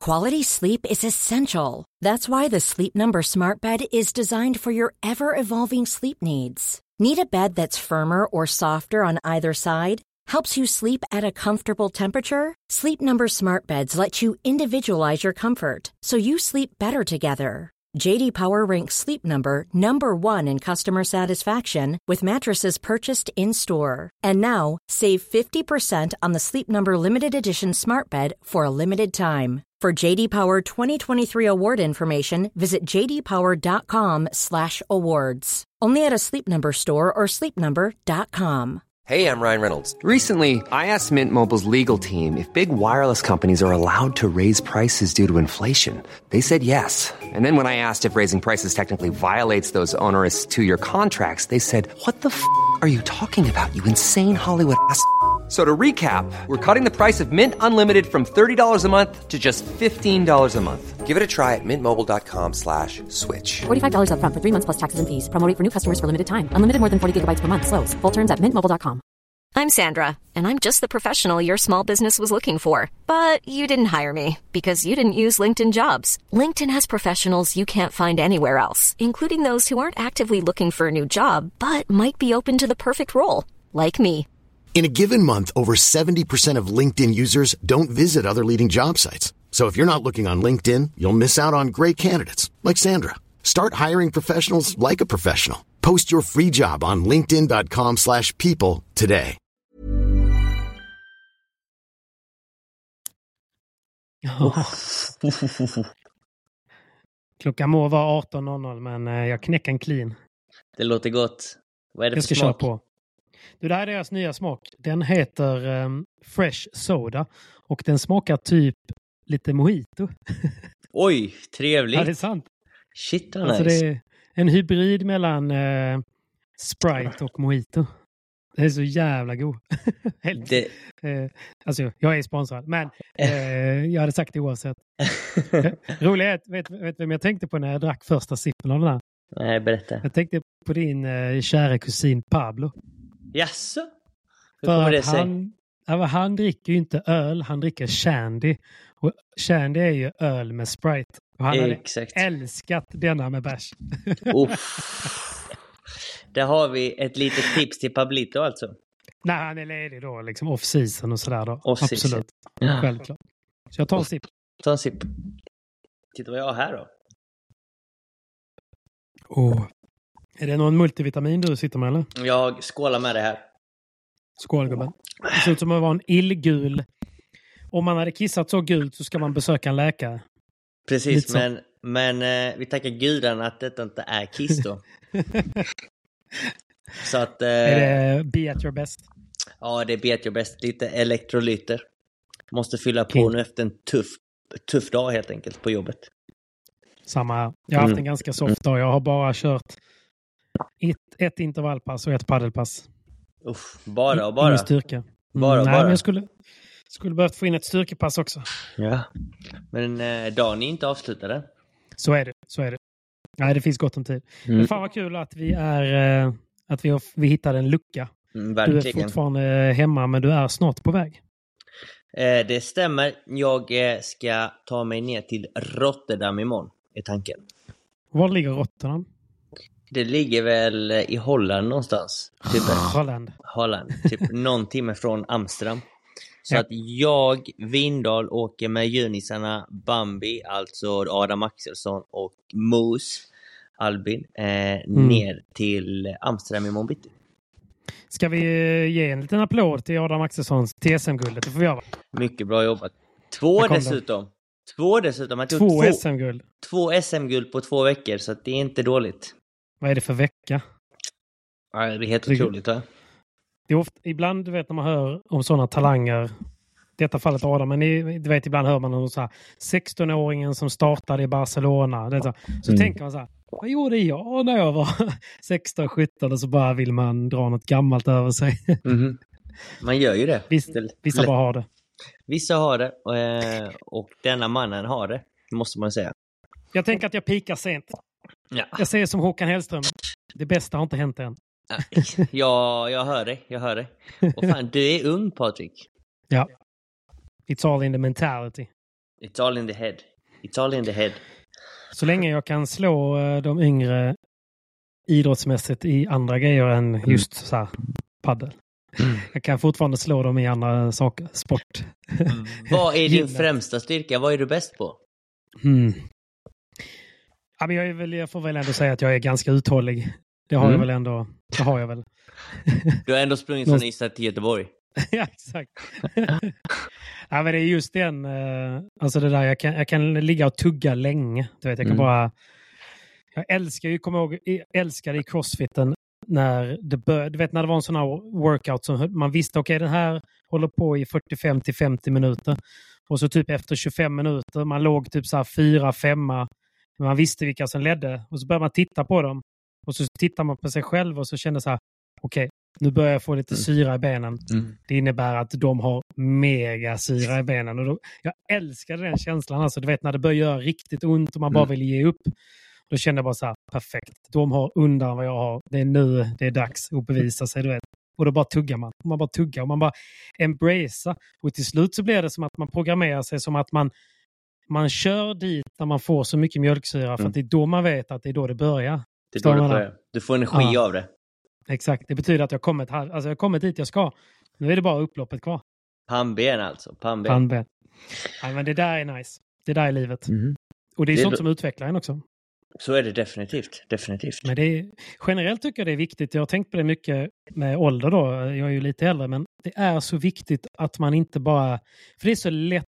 Quality sleep is essential. That's why the Sleep Number Smart Bed is designed for your ever-evolving sleep needs. Need a bed that's firmer or softer on either side? Helps you sleep at a comfortable temperature? Sleep Number Smart Beds let you individualize your comfort, so you sleep better together. JD Power ranks Sleep Number number 1 in customer satisfaction with mattresses purchased in-store. And now, save 50% on the Sleep Number Limited Edition Smart Bed for a limited time. For JD Power 2023 award information, visit jdpower.com/awards. Only at a Sleep Number store or sleepnumber.com. Hey, I'm Ryan Reynolds. Recently, I asked Mint Mobile's legal team if big wireless companies are allowed to raise prices due to inflation. They said yes. And then when I asked if raising prices technically violates those onerous two-year contracts, they said, "What the f*** are you talking about, you insane Hollywood ass?" So to recap, we're cutting the price of Mint Unlimited from $30 a month to just $15 a month. Give it a try at mintmobile.com/switch. $45 up front for 3 months plus taxes and fees. Promo rate for new customers for limited time. Unlimited more than 40 gigabytes per month. Slows full terms at mintmobile.com. I'm Sandra, and I'm just the professional your small business was looking for. But you didn't hire me because you didn't use LinkedIn Jobs. LinkedIn has professionals you can't find anywhere else, including those who aren't actively looking for a new job, but might be open to the perfect role, like me. In a given month, over 70% of LinkedIn users don't visit other leading job sites. So if you're not looking on LinkedIn, you'll miss out on great candidates like Sandra. Start hiring professionals like a professional. Post your free job on linkedin.com/people today. Klockan må vara 18:00, men jag knäcker en clean. Det låter gott. Vad är det jag för ska smak? Köra på. Det här är deras nya smak. Den heter Fresh Soda. Och den smakar typ lite mojito. Oj, trevligt. Ja, det är sant. Shit, vad alltså, nice. det är en hybrid mellan Sprite och mojito. Det är så jävla god. Alltså, jag är sponsrad. Men jag hade sagt det oavsett. Roligt, vet vem jag tänkte på när jag drack första sippen av den här? Nej, berätta. Jag tänkte på din kära kusin Pablo. Jaså? Hur För kommer det att sig? han dricker ju inte öl, han dricker Shandy. Och Shandy är ju öl med Sprite. Och han hade älskat denna med bärs. Där har vi ett litet tips till Pablito alltså. Nej, han är ledig då, liksom off-season och sådär då. Off-season. Absolut, självklart. Så jag tar en sipp. Ta en sipp. Titta vad jag har här då. Är det någon multivitamin du sitter med eller? Jag skålar med det här. Skål gubben. Det ser ut som att vara en illgul. Om man hade kissat så gult så ska man besöka en läkare. Precis, men vi tackar gudarna att detta inte är kiss då. Så att... är det be at your best? Ja, det är be at your best. Lite elektrolyter. Måste fylla på nu efter en tuff dag helt enkelt på jobbet. Samma här. Jag har haft en ganska soft dag. Jag har bara kört ett intervallpass och ett paddelpass. Bara? Ingen styrka. Bara. Men jag skulle behövt få in ett styrkepass också. Ja. Men dagen är inte avslutade. Så är det. Nej, det finns gott om tid. Men fan vad kul att vi hittade en lucka. Verkligen. Du är fortfarande hemma, men du är snart på väg. Det stämmer. Jag ska ta mig ner till Rotterdam imorgon, är tanken. Var ligger Rotterdam? Det ligger väl i Holland någonstans. Typ Holland. Typ någon timme från Amsterdam. Så att jag, Vindal, åker med junisarna Bambi, alltså Adam Axelsson och Moose, Albin, ner till Amsterdam imorgon bitti. Ska vi ge en liten applåd till Adam Axelssons TSM-guldet? Det får vi göra. Mycket bra jobbat. Två dessutom. Två SM-guld. 2 SM-guld på 2 veckor, så att det är inte dåligt. Vad är det för vecka? Ja, det är helt otroligt, va? Det är ofta, ibland vet när man hör om sådana talanger, i detta fallet Adam, men du vet, ibland hör man om så här 16-åringen som startade i Barcelona. Det så tänker man så här, vad gjorde jag när jag var 16-17? Och så bara vill man dra något gammalt över sig. Man gör ju det. Vissa bara har det. Vissa har det, och denna mannen har det, måste man säga. Jag tänker att jag pikar sent. Ja. Jag säger som Håkan Hellström, det bästa har inte hänt än. Ja, jag hör det. Och fan, du är ung, Patrik. Ja. It's all in the mentality. It's all in the head. It's all in the head. Så länge jag kan slå de yngre idrottsmässigt i andra grejer än just så här paddel. Jag kan fortfarande slå dem i andra saker, sport. Vad är din främsta styrka? Vad är du bäst på? Ja, men jag får väl ändå säga att jag är ganska uthållig. Det har jag väl ändå. Det har jag väl. Du har ändå sprungit från Ystad till Göteborg. Ja, exakt. Ja, men det är just den, alltså det där, jag kan ligga och tugga länge. Du vet, jag kan bara, jag älskade i crossfiten när det började, du vet när det var en sån här workout som man visste, okej, den här håller på i 45-50 minuter. Och så typ efter 25 minuter, man låg typ så här 4-5, man visste vilka som ledde. Och så började man titta på dem. Och så tittar man på sig själv och så kände så här, okej, nu börjar jag få lite syra i benen. Det innebär att de har mega syra i benen. Och jag älskade den känslan. Alltså, du vet när det börjar göra riktigt ont och man bara vill ge upp. Då kände jag bara så här, perfekt. De har undan vad jag har. Det är nu det är dags att bevisa sig, du vet. Och då bara tuggar man. Man bara tuggar och man bara embracea. Och till slut så blir det som att man programmerar sig som att man kör dit när man får så mycket mjölksyra. För att det är då man vet att det är då det börjar. Det är då det börjar. Du får energi av det. Exakt, det betyder att jag har kommit dit jag ska. Nu är det bara upploppet kvar. Pannben alltså, pannben. Ja, men det där är nice. Det där är livet. Och det är sånt som utvecklar en också. Så är det definitivt. Men generellt tycker jag det är viktigt. Jag har tänkt på det mycket med ålder då. Jag är ju lite äldre, men det är så viktigt att man inte bara... För det är så lätt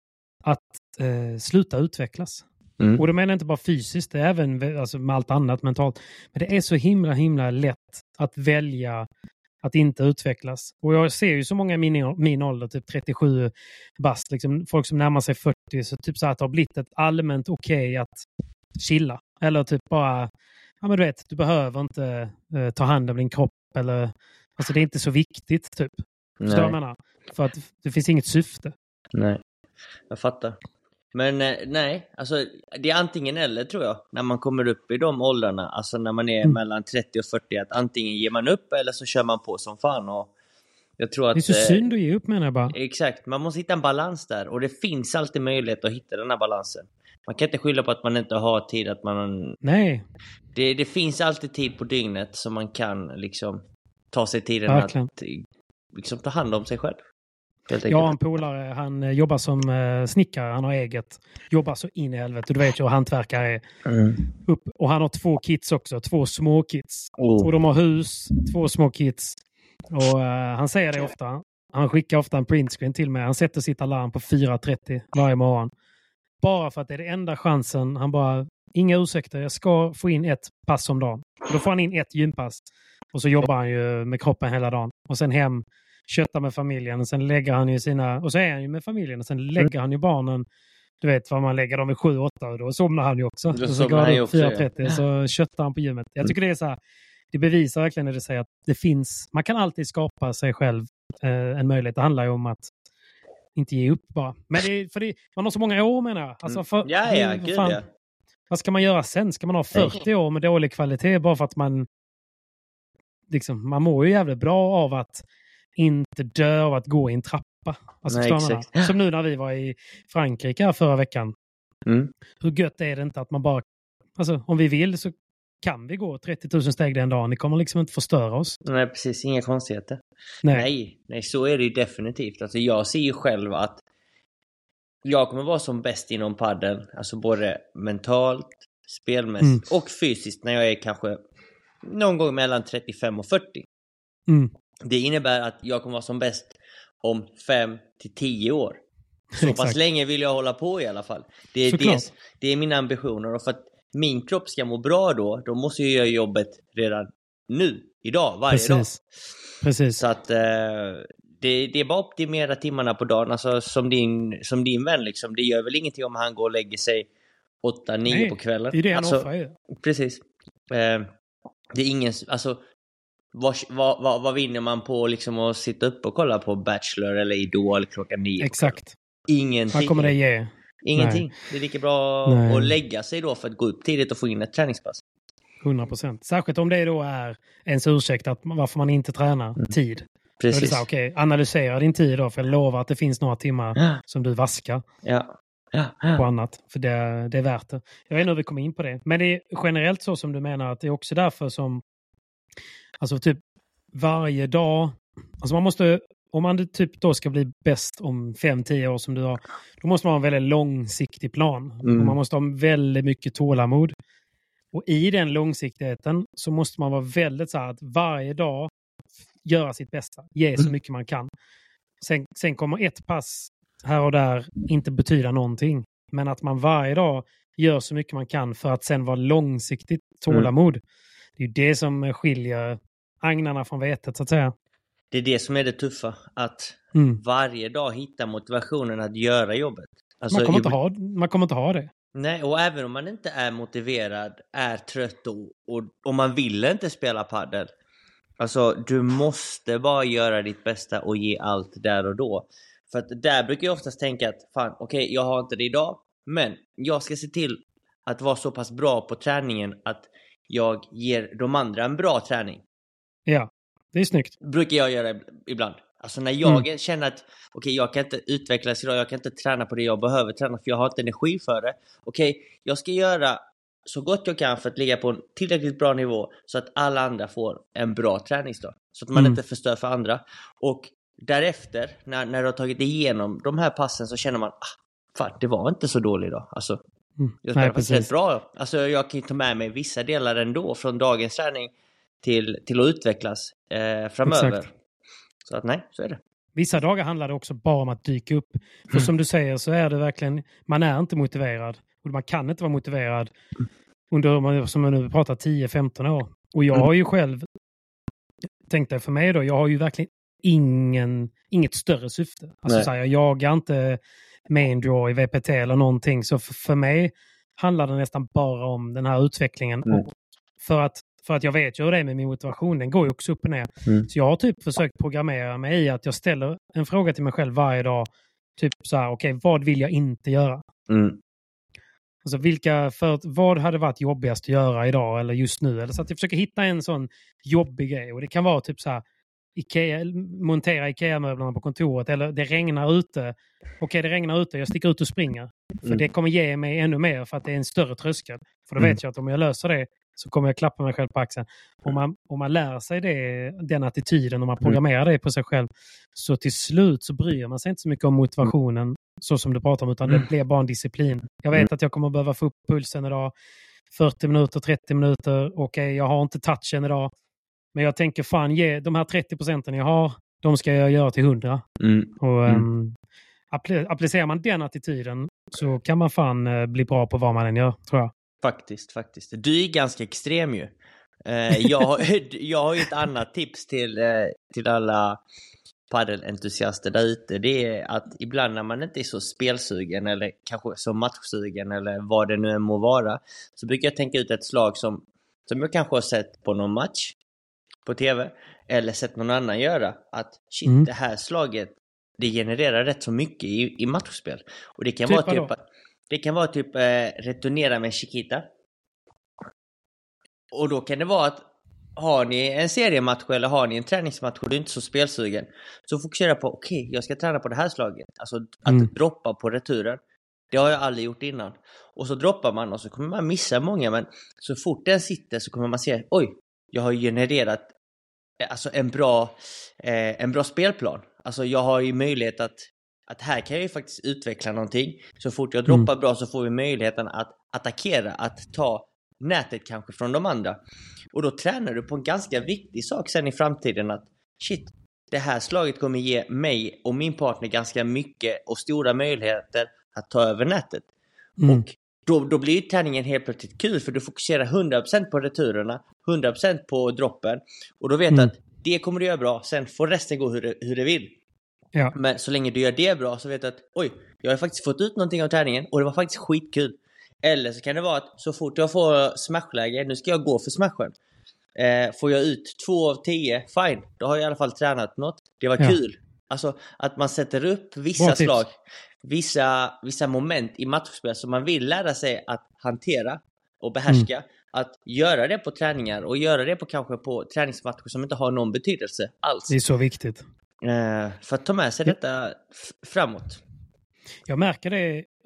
att sluta utvecklas. Och det menar jag inte bara fysiskt, det är även alltså, med allt annat mentalt. Men det är så himla lätt att välja att inte utvecklas. Och jag ser ju så många i min ålder, typ 37 bast, liksom, folk som närmar sig 40, så typ så att det har blivit ett allmänt okej att chilla. Eller typ bara, ja men du vet, du behöver inte ta hand om din kropp. Eller, alltså det är inte så viktigt typ. Så jag menar, för att det finns inget syfte. Nej, jag fattar. Men nej, alltså det är antingen eller tror jag. När man kommer upp i de åldrarna, alltså när man är mellan 30 och 40, att antingen ger man upp eller så kör man på som fan. Och jag tror att, det är så synd att ge upp, menar jag bara. Exakt, man måste hitta en balans där. Och det finns alltid möjlighet att hitta den här balansen. Man kan inte skylla på att man inte har tid. Att man... Nej. Det finns alltid tid på dygnet som man kan liksom ta sig tiden att liksom ta hand om sig själv. Jag har en polare, han jobbar som snickare, han har eget, jobbar så in i helvete, du vet ju hur hantverkare är. Och han har 2 kids också, 2 små kids. Och de har hus, 2 små kids. Och han säger det ofta, han skickar ofta en printscreen till mig, han sätter sitt alarm på 4:30 varje morgon. Bara för att det är det enda chansen, han bara, inga ursäkter, jag ska få in 1 pass om dagen. Då får han in 1 gympass. Och så jobbar han ju med kroppen hela dagen. Och sen hem, köttar med familjen, och sen lägger han ju och så är han ju med familjen, och sen lägger han ju barnen, du vet vad man lägger dem vid 7-8, och då somnar han ju också. Och så går han upp 4:30 så köttar han på gymmet. Jag tycker det är så här, det bevisar verkligen när det säger att det finns, man kan alltid skapa sig själv en möjlighet. Det handlar ju om att inte ge upp bara. Men man har så många år, menar jag. Alltså vad ska man göra sen? Ska man ha 40 år med dålig kvalitet bara för att man liksom, man mår ju jävligt bra av att inte dö av att gå i en trappa. Alltså, som nu när vi var i Frankrike här förra veckan. Hur gött är det inte att man bara, alltså om vi vill så kan vi gå 30 000 steg den dagen. Det kommer liksom inte förstöra oss. Nej, precis. Inga konstigheter. Nej, så är det ju definitivt. Alltså jag ser ju själv att jag kommer vara som bäst inom padel. Alltså både mentalt, spelmässigt och fysiskt när jag är kanske någon gång mellan 35 och 40. Det innebär att jag kommer vara som bäst om 5 till 10 år. Så pass länge vill jag hålla på i alla fall. Det är mina ambitioner. Och för att min kropp ska må bra då måste jag göra jobbet redan nu, idag, varje dag. Precis. Så att det är bara optimera timmarna på dagen. Alltså som din vän liksom. Det gör väl ingenting om han går och lägger sig 8-9 på kvällen. Det är det han offrar ju. Precis. Det är ingen, alltså vad vinner man på liksom att sitta upp och kolla på Bachelor eller Idol klockan 9? Exakt. Ingenting. Vad kommer det ge? Ingenting. Nej. Det är lika bra att lägga sig då för att gå upp tidigt och få in ett träningspass. 100%. Särskilt om det då är ens ursäkt att varför man inte tränar tid. Precis. Okej, analysera din tid då, för jag lovar att det finns några timmar som du vaskar. Ja. på annat. För det är värt det. Jag vet inte hur vi kommer in på det. Men det är generellt så som du menar att det är också därför som alltså typ varje dag, alltså man måste, om man typ då ska bli bäst om 5-10 år som du har, då måste man ha en väldigt långsiktig plan. Och man måste ha väldigt mycket tålamod. Och i den långsiktigheten så måste man vara väldigt så här att varje dag göra sitt bästa. Ge så mycket man kan. Sen kommer ett pass här och där inte betyda någonting. Men att man varje dag gör så mycket man kan för att sen vara långsiktigt tålamod. Det är ju det som skiljer agnarna från vetet så att säga. Det är det som är det tuffa. Att varje dag hitta motivationen att göra jobbet. Alltså, man kommer inte ha det. Nej, och även om man inte är motiverad, är trött och man vill inte spela paddel. Alltså, du måste bara göra ditt bästa och ge allt där och då. För att där brukar jag oftast tänka att fan, okej, jag har inte det idag. Men jag ska se till att vara så pass bra på träningen att jag ger de andra en bra träning. Ja, det är snyggt. Brukar jag göra ibland. Alltså när jag känner att okej, jag kan inte utvecklas idag, jag kan inte träna på det jag behöver träna för jag har inte energi för det. Okej, jag ska göra så gott jag kan för att ligga på en tillräckligt bra nivå så att alla andra får en bra träningsdag. Så att man inte förstör för andra. Och därefter, när du har tagit igenom de här passen så känner man, fan, det var inte så dåligt idag. Alltså, jag spelar faktiskt rätt bra. Alltså jag kan ta med mig vissa delar ändå från dagens träning till att utvecklas framöver. Exakt. Så att nej, så är det. Vissa dagar handlar det också bara om att dyka upp. För som du säger så är det verkligen, man är inte motiverad. Och man kan inte vara motiverad under, som jag nu pratar, 10-15 år. Och jag har ju själv, tänkte för mig då, jag har ju verkligen inget större syfte. Alltså så här, jag jagar inte main draw i VPT eller någonting. Så för mig handlar det nästan bara om den här utvecklingen. Och för att jag vet ju hur det är med min motivation. Den går ju också upp och ner. Så jag har typ försökt programmera mig i att jag ställer en fråga till mig själv varje dag. Typ så här, okej, vad vill jag inte göra? Alltså vad hade varit jobbigast att göra idag eller just nu? Eller så att jag försöker hitta en sån jobbig grej. Och det kan vara typ så här, montera IKEA-möblerna på kontoret. Eller det regnar ute. Okej, det regnar ute. Jag sticker ut och springer. För det kommer ge mig ännu mer för att det är en större tröskel. För då vet jag att om jag löser det så kommer jag klappa mig själv på axeln. Om man lär sig den attityden, om man programmerar det på sig själv, så till slut så bryr man sig inte så mycket om motivationen så som du pratar om, utan det blir bara en disciplin. Jag vet att jag kommer behöva få upp pulsen idag 40 minuter, 30 minuter. Okej, jag har inte touchen idag. Men jag tänker fan, de här 30% jag har, de ska jag göra till 100. Och applicerar man den attityden så kan man fan bli bra på vad man än gör, tror jag. Faktiskt. Du är ganska extrem ju. Jag har ju ett annat tips till alla paddelentusiaster där ute. Det är att ibland när man inte är så spelsugen eller kanske så matchsugen eller vad det nu än må vara, så brukar jag tänka ut ett slag som jag kanske har sett på någon match på tv eller sett någon annan göra. Att shit, det här slaget, det genererar rätt så mycket i matchspel. Och det kan vara typ returnera med Chiquita. Och då kan det vara att har ni en seriematch eller har ni en träningsmatch och du är inte så spelsugen, så fokusera på okej, jag ska träna på det här slaget. Alltså att droppa på returen. Det har jag aldrig gjort innan. Och så droppar man och så kommer man missa många, men så fort den sitter så kommer man se, oj, jag har genererat alltså en bra spelplan. Alltså jag har ju möjlighet att här kan jag ju faktiskt utveckla någonting. Så fort jag droppar bra så får vi möjligheten att attackera, att ta nätet kanske från de andra. Och då tränar du på en ganska viktig sak sen i framtiden, att shit, det här slaget kommer ge mig och min partner ganska mycket och stora möjligheter att ta över nätet. Och då blir ju träningen helt plötsligt kul, för du fokuserar 100% på returerna, 100% på droppen. Och då vet du att det kommer du göra bra, sen får resten gå hur det vill. Ja. Men så länge du gör det bra så vet du att oj, jag har faktiskt fått ut någonting av träningen och det var faktiskt skitkul. Eller så kan det vara att så fort jag får smashläge, nu ska jag gå för smashen. Får jag ut 2 av 10, fine. Då har jag i alla fall tränat något. Det var kul. Alltså att man sätter upp vissa slag, vissa moment i matchspel som man vill lära sig att hantera och behärska. Att göra det på träningar och göra det kanske på träningsmatcher som inte har någon betydelse alls. Det är så viktigt. För att ta med sig detta framåt. Jag märker det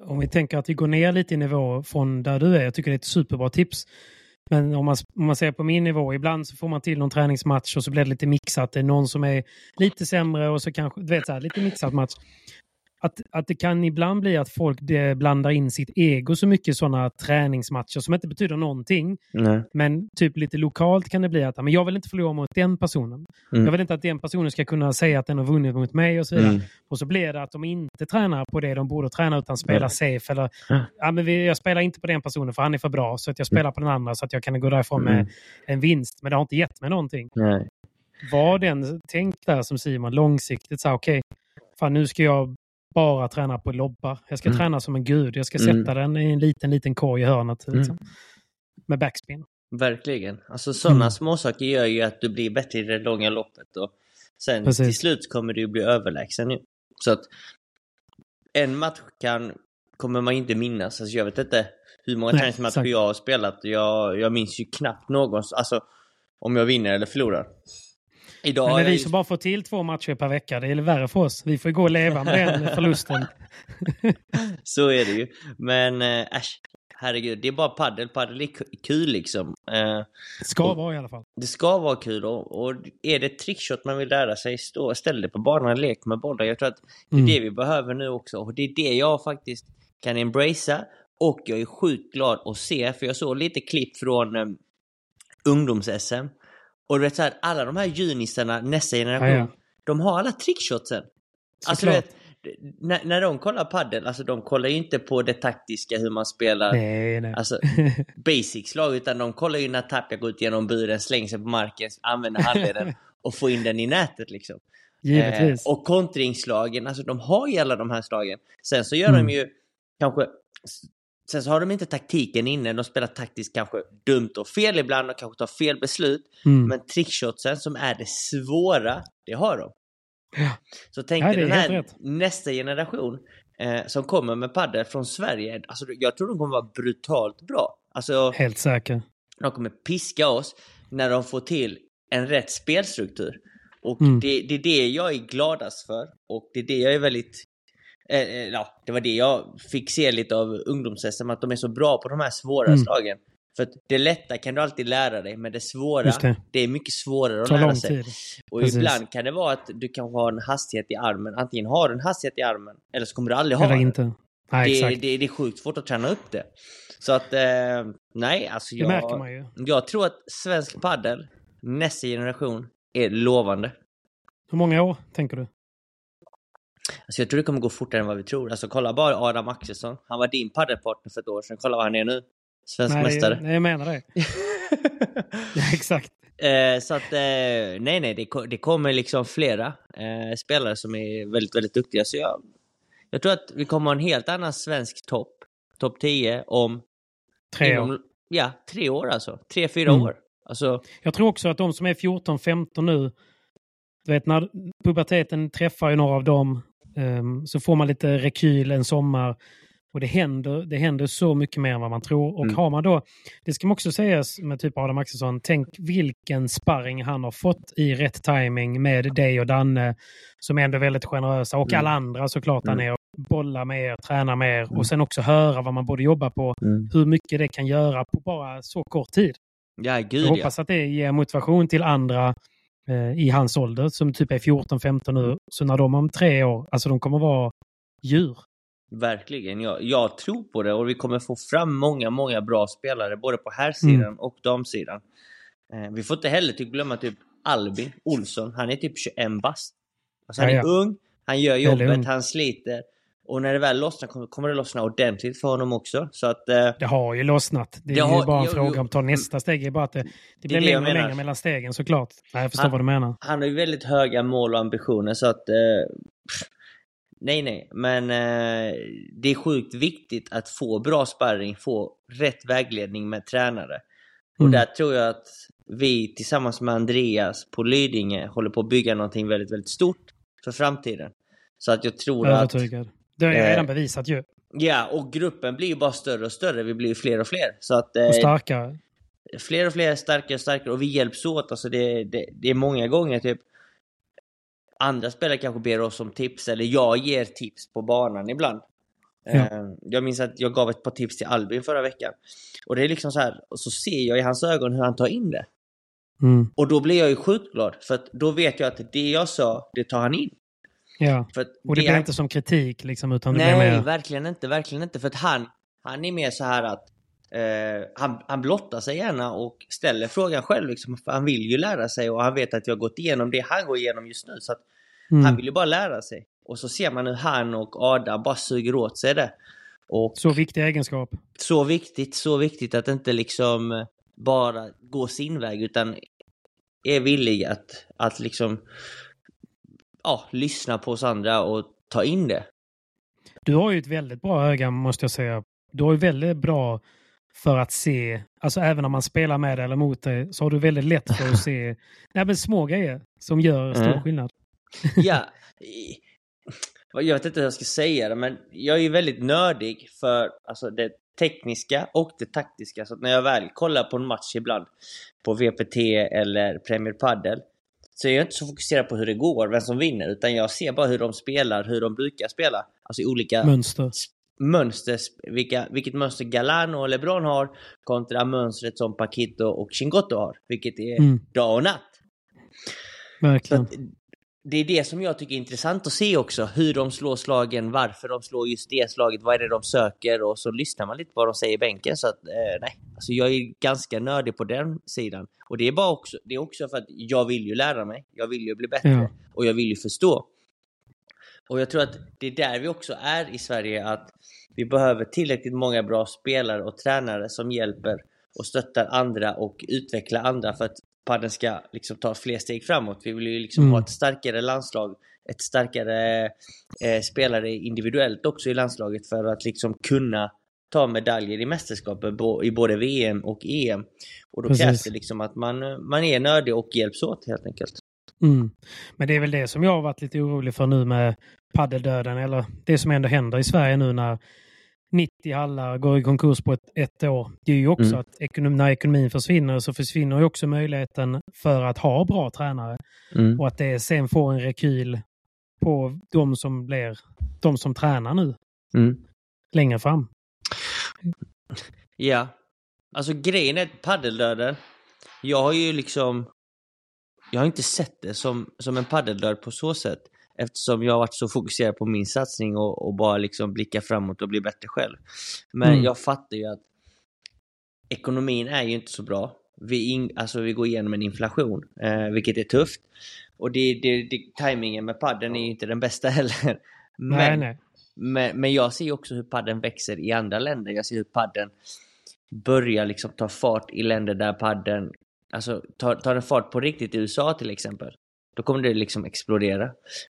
om vi tänker att vi går ner lite i nivå från där du är. Jag tycker det är ett superbra tips. Men om man ser på min nivå, ibland så får man till någon träningsmatch och så blir det lite mixat. Det är någon som är lite sämre och så kanske, du vet så här, lite mixat match. Att det kan ibland bli att folk blandar in sitt ego så mycket i sådana träningsmatcher som inte betyder någonting. Nej. Men typ lite lokalt kan det bli att men jag vill inte förlora mot den personen. Jag vill inte att den personen ska kunna säga att den har vunnit mot mig och så vidare. Och så blir det att de inte tränar på det de borde träna utan spelar safe. Eller jag spelar inte på den personen för han är för bra så att jag spelar på den andra så att jag kan gå därifrån med en vinst. Men det har inte gett mig någonting. Nej. Var den tänkt där som Simon långsiktigt så okej, fan nu ska jag bara träna på lobbar. Jag ska träna som en gud. Jag ska sätta den i en liten korg i hörnet. Liksom. Med backspin. Verkligen. Alltså sådana småsaker gör ju att du blir bättre i det långa loppet. Och sen till slut kommer du bli överlägsen nu. Så att en match kommer man inte minnas. Alltså jag vet inte hur många träningsmatcher jag har spelat. Jag minns ju knappt någon. Alltså om jag vinner eller förlorar. Idag men vi som bara får till 2 matcher per vecka, det är värre för oss. Vi får gå och leva med den förlusten. Så är det ju. Men herregud, det är bara paddel. Paddel är kul liksom. Det ska vara i alla fall. Det ska vara kul. Och är det trickshot man vill lära sig, ställ det på banan och lek med bollar. Jag tror att det är det vi behöver nu också. Och det är det jag faktiskt kan embracea. Och jag är sjukt glad att se. För jag såg lite klipp från ungdoms-SM. Och du vet så här, alla de här junisarna nästa generation, de har alla trickshotsen. Alltså du vet, när de kollar paddel, alltså de kollar ju inte på det taktiska hur man spelar alltså basic slag, utan de kollar ju när Tapia går ut genom buren, slänger sig på marken, använder handleden och får in den i nätet liksom. Givetvis. Och kontringsslagen, alltså de har ju alla de här slagen. Sen så gör de ju kanske... Sen så har de inte taktiken inne. De spelar taktiskt kanske dumt och fel ibland och kanske tar fel beslut. Men trickshotsen som är det svåra, det har de. Ja. Så tänk dig den här nästa generation som kommer med paddel från Sverige. Alltså, jag tror de kommer vara brutalt bra. Alltså, helt säker. De kommer piska oss när de får till en rätt spelstruktur. Och det är det jag är gladast för. Och det är det jag är väldigt... det var det jag fick se lite av ungdoms-SM, att de är så bra på de här svåra slagen. För att det lätta kan du alltid lära dig, men det svåra, det är mycket svårare att lära sig. Och ibland kan det vara att du kan ha en hastighet i armen. Antingen har du en hastighet i armen, eller så kommer du aldrig ha eller den. Inte. Nej, det är sjukt svårt att träna upp det. Så att, nej, alltså det märker man ju. Jag tror att svensk paddel nästa generation är lovande. Hur många år tänker du? Alltså jag tror det kommer gå fortare än vad vi tror. Alltså kolla bara Adam Axelsson. Han var din paddelpartner för ett år sedan. Kolla vad han är nu. Svensk mästare. Nej, jag menar det. Ja, exakt. Så att nej, det kommer liksom flera spelare som är väldigt, väldigt duktiga. Så jag tror att vi kommer ha en helt annan svensk topp 10 om 3 år. Ja, 3 år alltså. 3-4 år. Alltså, jag tror också att de som är 14-15 nu, du vet, när puberteten träffar ju några av dem, så får man lite rekyl en sommar och det händer så mycket mer än vad man tror. Och har man då, det ska man också säga med typ Adam Axelsson, tänk vilken sparring han har fått i rätt timing med dig och Danne som är ändå väldigt generösa, och alla andra såklart han är, och bolla med er, träna med er och sen också höra vad man borde jobba på, hur mycket det kan göra på bara så kort tid. Ja, gud, jag hoppas att det ger motivation till andra i hans ålder som typ är 14-15 nu, så när de om 3 år, alltså de kommer vara djur. Verkligen, jag tror på det, och vi kommer få fram många bra spelare både på här sidan och damsidan. Vi får inte heller glömma typ Albin Olsson, han är typ 21 bast. Alltså han är ung, han gör jobbet, han sliter. Och när det väl lossnar kommer det lossna ordentligt för honom också. Så att, det har ju lossnat. Det är ju bara en fråga om att ta nästa steg. Det är bara att det blir längre och längre mellan stegen såklart. Nej, jag förstår vad du menar. Han har ju väldigt höga mål och ambitioner. Så att nej. Men det är sjukt viktigt att få bra sparring. Få rätt vägledning med tränare. Och där tror jag att vi tillsammans med Andreas på Lidingö håller på att bygga någonting väldigt, väldigt stort för framtiden. Så att jag tror att... Det har jag redan bevisat ju. Ja, och gruppen blir ju bara större och större. Vi blir ju fler och fler. Så att, och starkare. Fler och fler, starkare och starkare. Och vi hjälps åt. Alltså det är många gånger typ... Andra spelare kanske ber oss om tips. Eller jag ger tips på banan ibland. Jag minns att jag gav ett par tips till Albin förra veckan. Och det är liksom så här, och så ser jag i hans ögon hur han tar in det. Och då blir jag ju sjukt glad, för att då vet jag att det jag sa, det tar han in. Ja, för och det blir inte som kritik liksom, utan det nej, blir mer... verkligen inte. För att han är mer så här att han blottar sig gärna och ställer frågan själv liksom, för han vill ju lära sig, och han vet att jag har gått igenom det han går igenom just nu, så att han vill ju bara lära sig. Och så ser man hur han och Adam bara suger åt sig det. Och så viktig egenskap. Så viktigt att inte liksom bara gå sin väg, utan är villig att liksom lyssna på oss andra och ta in det. Du har ju ett väldigt bra öga, måste jag säga. Du har ju väldigt bra för att se, alltså även om man spelar med det eller mot det, så har du väldigt lätt för att se små grejer som gör stor skillnad. Ja, jag vet inte hur jag ska säga det, men jag är ju väldigt nördig för alltså det tekniska och det taktiska. Så att när jag väl kollar på en match ibland på VPT eller Premier Padel, så är jag inte så fokuserad på hur det går, vem som vinner, utan jag ser bara hur de spelar, hur de brukar spela. Alltså i olika mönster, vilket mönster Galano och LeBron har kontra mönstret som Paquito och Chingotto har, vilket är dag och natt. Verkligen. Det är det som jag tycker är intressant att se också, hur de slår slagen, varför de slår just det slaget, vad är det de söker, och så lyssnar man lite på vad de säger i bänken. Så att alltså jag är ganska nördig på den sidan, och det är också för att jag vill ju lära mig, jag vill ju bli bättre, och jag vill ju förstå. Och jag tror att det är där vi också är i Sverige, att vi behöver tillräckligt många bra spelare och tränare som hjälper och stöttar andra och utvecklar andra, för att padden ska liksom ta fler steg framåt. Vi vill ju liksom ha ett starkare landslag, ett starkare spelare individuellt också i landslaget, för att liksom kunna ta medaljer i mästerskapet i både VM och EM. Och då krävs det liksom att man är nördig och hjälps åt helt enkelt. Men det är väl det som jag har varit lite orolig för nu med paddeldöden, eller det som ändå händer i Sverige nu när 90 hallar går i konkurs på ett år. Det är ju också att när ekonomin försvinner, så försvinner ju också möjligheten för att ha bra tränare. Och att det sen får en rekyl på de som tränar nu längre fram. Ja, alltså grejen är paddeldöden. Jag har inte sett det som en paddeldöd på så sätt, eftersom jag har varit så fokuserad på min satsning och bara liksom blicka framåt och bli bättre själv. Men jag fattar ju att ekonomin är ju inte så bra. Vi går igenom en inflation, vilket är tufft. Och tajmingen med padden är ju inte den bästa heller. Men jag ser ju också hur padden växer i andra länder. Jag ser hur padden börjar liksom ta fart i länder där padden alltså tar en fart på riktigt, i USA till exempel. Då kommer det liksom explodera.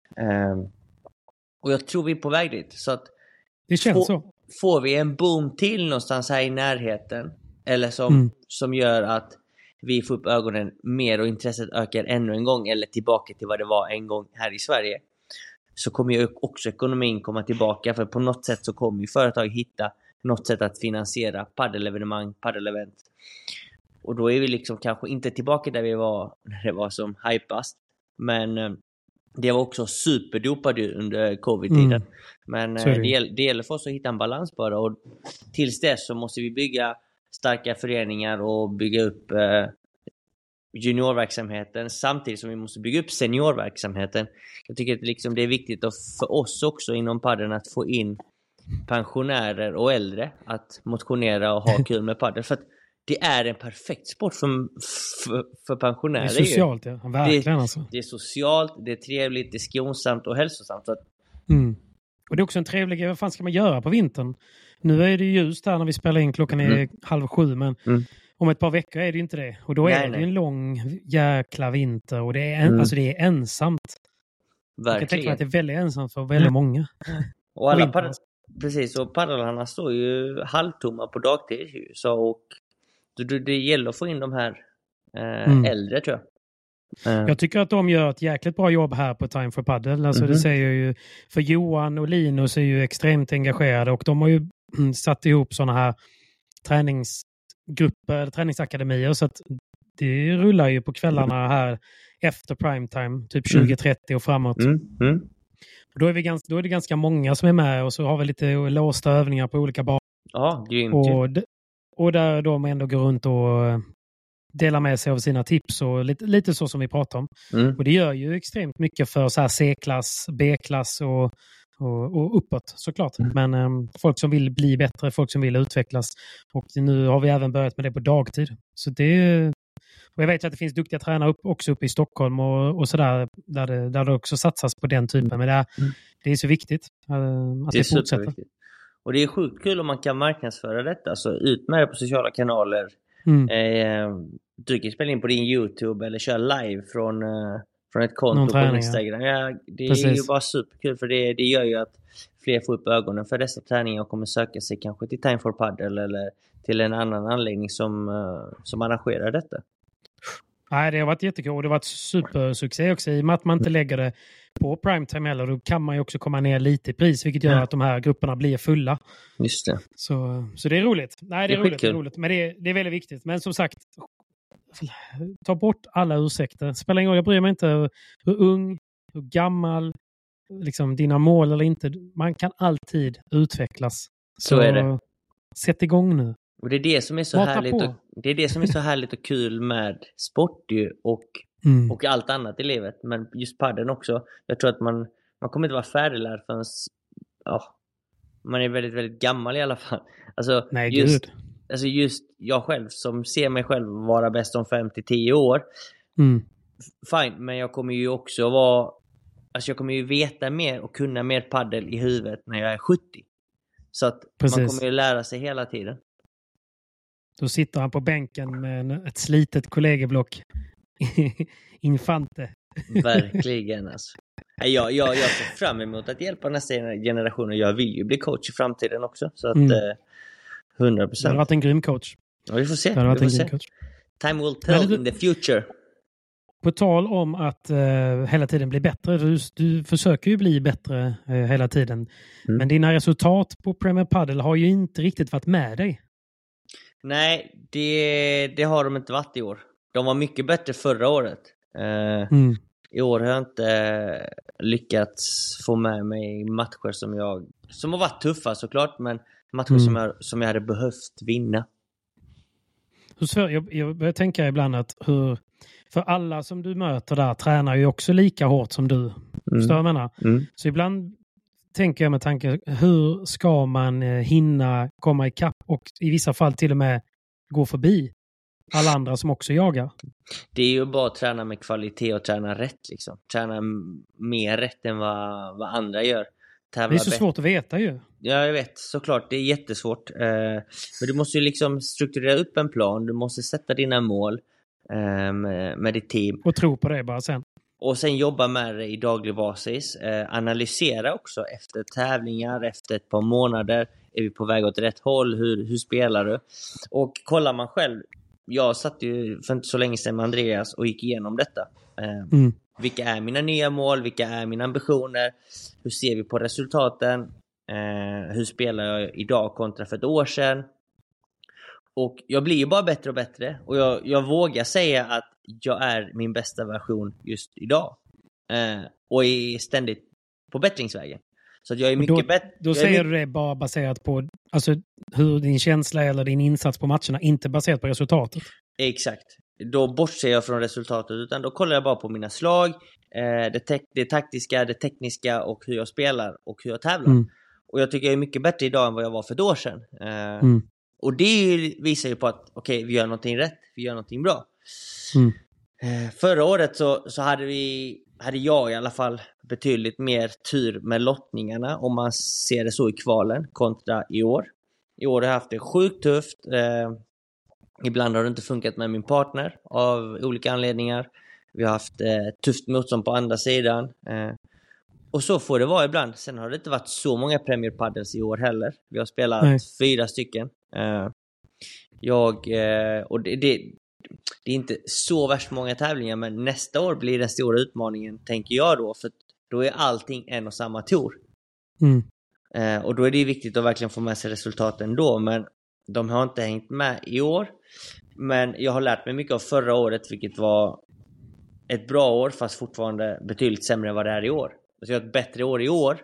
Och jag tror vi är på väg dit. Så att det känns så. Får vi en boom till någonstans här i närheten, eller som gör att vi får upp ögonen mer och intresset ökar ännu en gång, eller tillbaka till vad det var en gång här i Sverige, så kommer ju också ekonomin komma tillbaka. För på något sätt så kommer ju företag hitta något sätt att finansiera paddelevenemang, paddelevent. Och då är vi liksom kanske inte tillbaka där vi var när det var som hypast. Men det var också superdopad under covid-tiden. Men det gäller för oss att hitta en balans bara. Och tills dess så måste vi bygga starka föreningar och bygga upp juniorverksamheten, samtidigt som vi måste bygga upp seniorverksamheten. Jag tycker att liksom det är viktigt för oss också inom padden att få in pensionärer och äldre att motionera och ha kul med padden. För att det är en perfekt sport för pensionärer. Det är socialt, ja. Verkligen alltså. Det är socialt, det är trevligt, det är skonsamt och hälsosamt. Så att... Och det är också en trevlig grej. Vad fan ska man göra på vintern? Nu är det ljust här när vi spelar in, klockan är 6:30, men om ett par veckor är det inte det. Och då är det en lång jäkla vinter, och det är, alltså det är ensamt. Verkligen. Jag kan tänka mig att det är väldigt ensamt för väldigt många. Och alla precis, och paddelhallarna står ju halvtomma på dagtid. Så, och det gäller att få in de här äldre, tror jag. Jag tycker att de gör ett jäkligt bra jobb här på Time for Paddle. Alltså det säger ju, för Johan och Linus är ju extremt engagerade, och de har ju satt ihop sådana här träningsgrupper, träningsakademier, så att det rullar ju på kvällarna här efter primetime, typ 20:30 och framåt. Då är det ganska många som är med och så har vi lite låsta övningar på olika banor. Ja, grymt. Och där de ändå går runt och delar med sig av sina tips och lite så som vi pratar om. Och det gör ju extremt mycket för så här C-klass, B-klass och uppåt såklart. Men folk som vill bli bättre, folk som vill utvecklas. Och nu har vi även börjat med det på dagtid. Så och jag vet att det finns duktiga tränare också uppe i Stockholm och sådär där det också satsas på den typen. Men det är så viktigt att det fortsätter. Och det är sjukt kul om man kan marknadsföra detta. Så ut med det på sociala kanaler. Du kan spela in på din YouTube eller köra live från ett konto på Instagram. Ja, det är ju bara superkul för det gör ju att fler får upp ögonen för dessa träningar och kommer söka sig kanske till Time for Padel eller till en annan anläggning som arrangerar detta. Nej, det har varit jättekul och det har varit supersuccé också i och med att man inte lägger det på primetime eller då kan man ju också komma ner lite i pris vilket gör att de här grupperna blir fulla. Just det. Så det är roligt. Nej, det är roligt. Men det är väldigt viktigt. Men som sagt, ta bort alla ursäkter. Spelar ingen roll, jag bryr mig inte hur ung, hur gammal, liksom dina mål eller inte. Man kan alltid utvecklas. Så är det. Sätt igång nu. Och det är det som är så härligt det är det som är så härligt och kul med sport ju och allt annat i livet. Men just padden också. Jag tror att man kommer inte vara färdiglärd förrän man är väldigt, väldigt gammal i alla fall. Alltså, nej, just jag själv som ser mig själv vara bäst om 5-10 år. Fine, men jag kommer ju också jag kommer ju veta mer och kunna mer paddel i huvudet när jag är 70. Så att man kommer ju lära sig hela tiden. Då sitter han på bänken med ett slitet kollegieblock. Infante. Verkligen alltså. Jag ser fram emot att hjälpa nästa generation och jag vill ju bli coach i framtiden också. Så att 100%. Det har varit en grym coach. Ja, vi får se. Time will tell in the future. På tal om att hela tiden bli bättre. Du försöker ju bli bättre hela tiden. Men dina resultat på Premier Padel har ju inte riktigt varit med dig. Nej, det har de inte varit i år. De var mycket bättre förra året. I år har jag inte lyckats få med mig matcher som har varit tuffa såklart, men matcher som jag hade behövt vinna. Jag börjar tänka ibland att för alla som du möter där tränar ju också lika hårt som du. Förstår jag menar? Så ibland tänker jag med tanke, hur ska man hinna komma ikapp och i vissa fall till och med gå förbi alla andra som också jagar? Det är ju bara att träna med kvalitet och träna rätt liksom. Träna mer rätt än vad andra gör. Det är så svårt att veta ju. Ja, jag vet. Såklart, det är jättesvårt. Men du måste ju liksom strukturera upp en plan. Du måste sätta dina mål med ditt team. Och tro på det bara sen. Och sen jobba med det i daglig basis. Analysera också efter tävlingar, efter ett par månader. Är vi på väg åt rätt håll? Hur spelar du? Och kollar man själv. Jag satt ju för inte så länge sedan med Andreas och gick igenom detta. Vilka är mina nya mål? Vilka är mina ambitioner? Hur ser vi på resultaten? Hur spelar jag idag kontra för ett år sedan? Och jag blir ju bara bättre och bättre. Och jag vågar säga att jag är min bästa version just idag. Och är ständigt på bättringsvägen. Så att jag är mycket bättre. Då säger du det bara baserat på alltså, hur din känsla eller din insats på matcherna, inte baserat på resultatet. Exakt. Då bortser jag från resultatet, utan då kollar jag bara på mina slag, det taktiska, det tekniska och hur jag spelar och hur jag tävlar. Och jag tycker jag är mycket bättre idag än vad jag var för ett år sedan. Och det visar ju på att okej, vi gör någonting rätt, vi gör någonting bra. Förra året så hade jag i alla fall betydligt mer tur med lottningarna, om man ser det så i kvalen, kontra i år. I år har jag haft det sjukt tufft. Ibland har det inte funkat med min partner av olika anledningar. Vi har haft tufft motstånd på andra sidan. Och så får det vara ibland. Sen har det inte varit så många Premier Padels i år heller. Vi har spelat 4 stycken. Och det är inte så värst många tävlingar, men nästa år blir den stora utmaningen, tänker jag då. För då är allting en och samma tour. Och då är det viktigt att verkligen få med sig resultaten då. Men de har inte hängt med i år. Men jag har lärt mig mycket av förra året, vilket var ett bra år, fast fortfarande betydligt sämre än vad det är i år. Alltså jag har ett bättre år i år.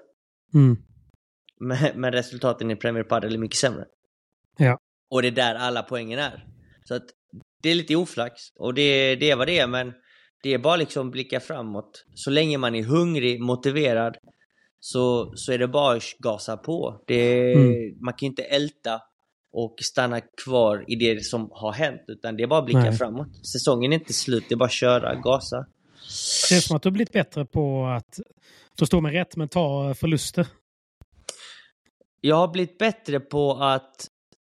Men resultaten i Premier Padel är mycket sämre. Ja. Och det är där alla poängen är. Så att det är lite oflax. Och det är vad det är. Men det är bara liksom blicka framåt. Så länge man är hungrig, motiverad, så är det bara att gasa på. Man kan inte älta och stanna kvar i det som har hänt. Utan det är bara att blicka framåt. Säsongen är inte slut. Det är bara att köra, gasa. Det känns som att du har blivit bättre på att förstå mig rätt, men ta förluster. Jag har blivit bättre på att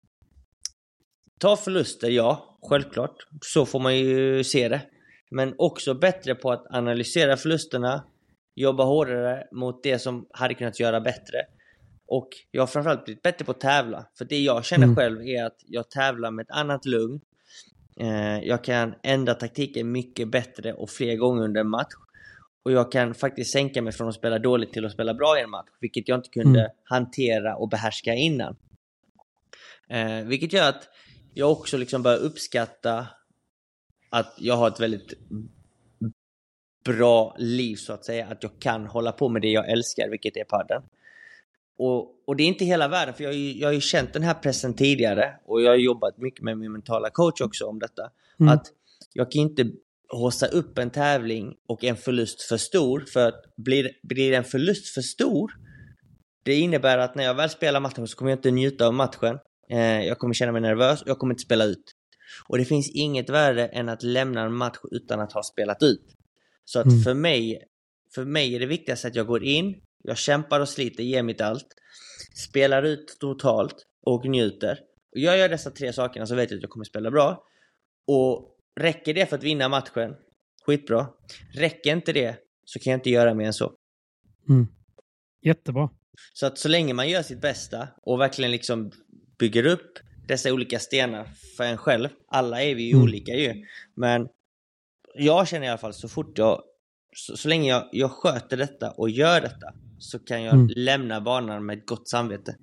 ta förluster, ja, självklart. Så får man ju se det. Men också bättre på att analysera förlusterna, jobba hårdare mot det som hade kunnat göra bättre. Och jag har framförallt blivit bättre på att tävla. För det jag känner själv är att jag tävlar med ett annat lugn. Jag kan ändra taktiken mycket bättre och fler gånger under en match. Och jag kan faktiskt sänka mig från att spela dåligt till att spela bra i en match. Vilket jag inte kunde hantera och behärska innan. Vilket gör att jag också liksom börjar uppskatta att jag har ett väldigt bra liv, så att säga. Att jag kan hålla på med det jag älskar, vilket är padden. Och det är inte hela världen, för jag har ju känt den här pressen tidigare. Och jag har jobbat mycket med min mentala coach också om detta. Att jag kan inte håsa upp en tävling och en förlust för stor. För att blir en förlust för stor, det innebär att när jag väl spelar matchen så kommer jag inte njuta av matchen. Jag kommer känna mig nervös och jag kommer inte spela ut. Och det finns inget värde än att lämna en match utan att ha spelat ut. Så att för mig är det viktigaste att jag går in, jag kämpar och sliter, ger mitt allt, spelar ut totalt och njuter. Och jag gör dessa 3 sakerna, så vet jag att jag kommer spela bra. Och räcker det för att vinna matchen, skitbra. Räcker inte det, så kan jag inte göra mer än så. Jättebra. Så att så länge man gör sitt bästa och verkligen liksom bygger upp dessa olika stenar för en själv. Alla är vi ju olika ju. Men jag känner i alla fall, så fort så länge jag sköter detta och gör detta, så kan jag lämna banan med ett gott samvete.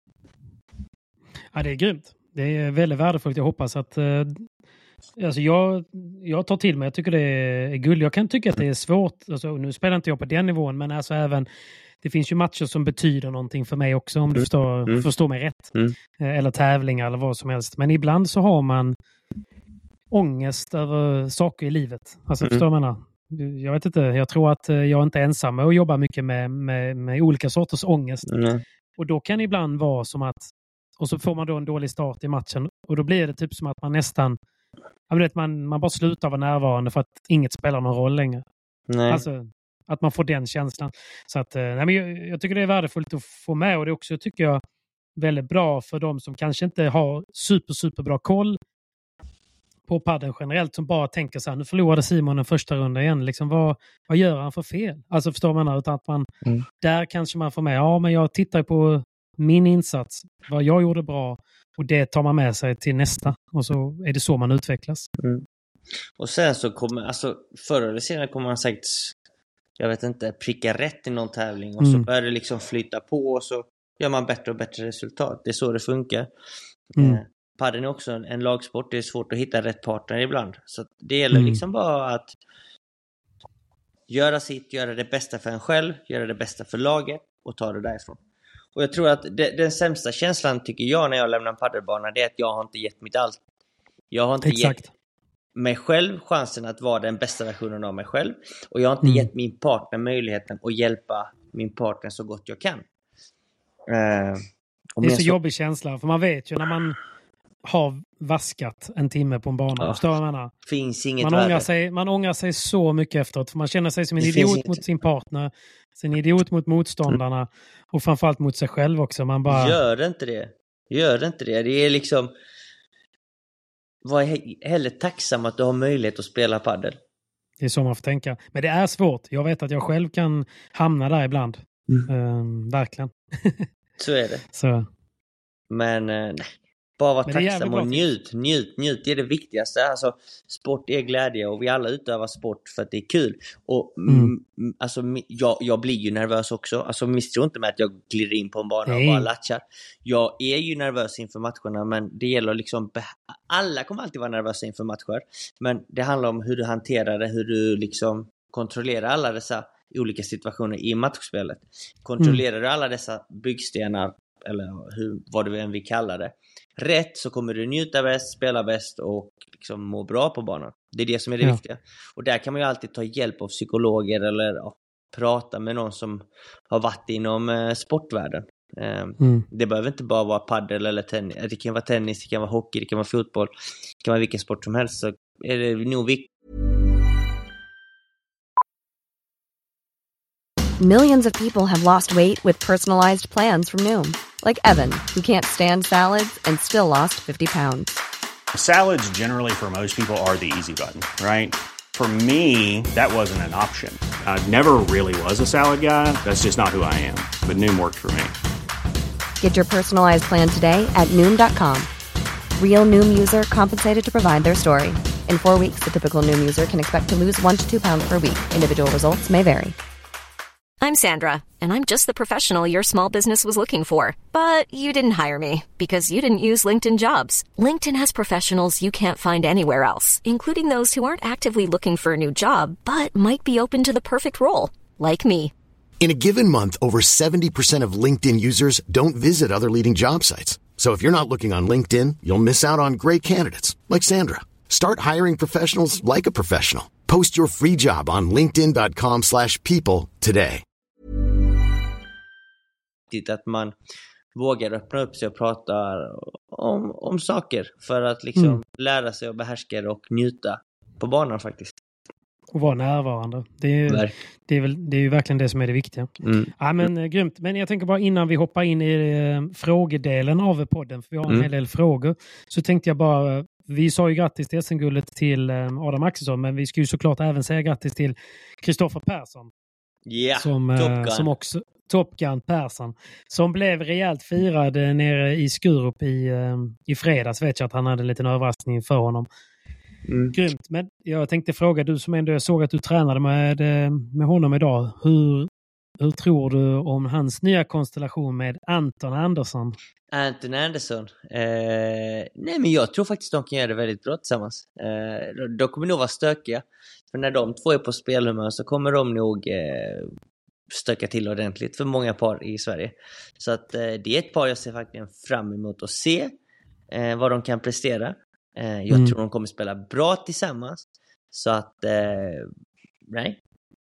Ja, det är grymt. Det är väldigt värdefullt. Jag hoppas att alltså jag tar till mig. Jag tycker det är guld. Jag kan tycka att det är svårt. Alltså, nu spelar inte jag på den nivån, men alltså även det finns ju matcher som betyder någonting för mig också, om du förstår mig rätt. Eller tävlingar eller vad som helst. Men ibland så har man ångest över saker i livet. Alltså förstår man? Jag vet inte. Jag tror att jag inte är ensam med att jobba mycket med olika sorters ångest. Och då kan det ibland vara som att, och så får man då en dålig start i matchen, och då blir det typ som att man nästan, man bara slutar vara närvarande för att inget spelar någon roll längre. Nej. Alltså att man får den känslan. Så att nej, men jag tycker det är värdefullt att få med, och det också tycker jag väldigt bra för de som kanske inte har superbra koll på padden generellt, som bara tänker så här: nu förlorade Simon den första rundan igen. Liksom, vad gör han för fel? Alltså förstår man, utan att man där kanske man får med, men jag tittar på min insats, vad jag gjorde bra, och det tar man med sig till nästa, och så är det så man utvecklas. Och sen så kommer, alltså förr eller senare kommer man säkert, jag vet inte, pricka rätt i någon tävling, och så börjar det liksom flytta på, och så gör man bättre och bättre resultat. Det är så det funkar. Padden är också en lagsport. Det är svårt att hitta rätt partner ibland. Så det gäller liksom bara att göra det bästa för en själv, göra det bästa för laget och ta det därifrån. Och jag tror att den sämsta känslan, tycker jag, när jag lämnar en paddelbana, det är att jag har inte gett mitt allt. Jag har inte gett mig själv chansen att vara den bästa versionen av mig själv. Och jag har inte gett min partner möjligheten att hjälpa min partner så gott jag kan. Det är så jobbig känsla, för man vet ju när man har vaskat en timme på en bana. Finns inget man ångrar sig så mycket efteråt, för man känner sig som en idiot mot sin partner, en idiot mot motståndarna och framförallt mot sig själv också. Man bara... Gör inte det. Det är liksom, var heller tacksam att du har möjlighet att spela paddel. Det är så man får tänka. Men det är svårt. Jag vet att jag själv kan hamna där ibland. Verkligen. Så är det. Så. Men nej. Bara vara tacksam och njut. Det är det viktigaste. Alltså, sport är glädje, och vi alla utövar sport för att det är kul. Och alltså, jag blir ju nervös också. Alltså, misstro inte med att jag glider in på en bana och bara latchar. Jag är ju nervös inför matcherna, men det gäller liksom, alla kommer alltid vara nervösa inför matcher. Men det handlar om hur du hanterar det, hur du liksom kontrollerar alla dessa olika situationer i matchspelet. Kontrollerar du alla dessa byggstenar, eller vad du än vill kalla det, rätt, så kommer du njuta bäst, spela bäst och liksom må bra på banan. Det är det som är det viktiga. Och där kan man ju alltid ta hjälp av psykologer eller prata med någon som har varit inom sportvärlden. Det behöver inte bara vara paddel eller tennis. Det kan vara tennis, det kan vara hockey, det kan vara fotboll, det kan vara vilken sport som helst. Så är det nog viktigt. Millions of people have lost weight with personalized plans from Noom. Like Evan, who can't stand salads and still lost 50 pounds. Salads generally for most people are the easy button, right? For me, that wasn't an option. I never really was a salad guy. That's just not who I am. But Noom worked for me. Get your personalized plan today at Noom.com. Real Noom user compensated to provide their story. In 4 weeks, the typical Noom user can expect to lose 1 to 2 pounds per week. Individual results may vary. I'm Sandra, and I'm just the professional your small business was looking for. But you didn't hire me because you didn't use LinkedIn Jobs. LinkedIn has professionals you can't find anywhere else, including those who aren't actively looking for a new job, but might be open to the perfect role, like me. In a given month, over 70% of LinkedIn users don't visit other leading job sites. So if you're not looking on LinkedIn, you'll miss out on great candidates like Sandra. Start hiring professionals like a professional. Post your free job on linkedin.com/people today. Att man vågar öppna upp sig och prata om saker för att liksom lära sig att behärska det och njuta på banan faktiskt. Och vara närvarande. Det är ju verkligen det som är det viktiga. Ja, men grymt. Men jag tänker bara innan vi hoppar in i frågedelen av podden, för vi har en hel del frågor, så tänkte jag bara, vi sa ju grattis till SM-guldet till Adam Axelsson, men vi ska ju såklart även säga grattis till Kristoffer Persson. Ja, som också Top Gun Persson, som blev rejält firad nere i Skurup i fredags. Vet jag att han hade en liten överraskning för honom. Grymt. Men jag tänkte fråga, du som ändå såg att du tränade med honom idag, hur tror du om hans nya konstellation med Anton Andersson? Anton Andersson? Nej, men jag tror faktiskt de kan göra det väldigt bra tillsammans. De kommer nog vara stökiga. För när de två är på spelhumör så kommer de nog stöka till ordentligt för många par i Sverige. Så att det är ett par jag ser faktiskt fram emot att se vad de kan prestera. Jag tror de kommer spela bra tillsammans. Så att nej.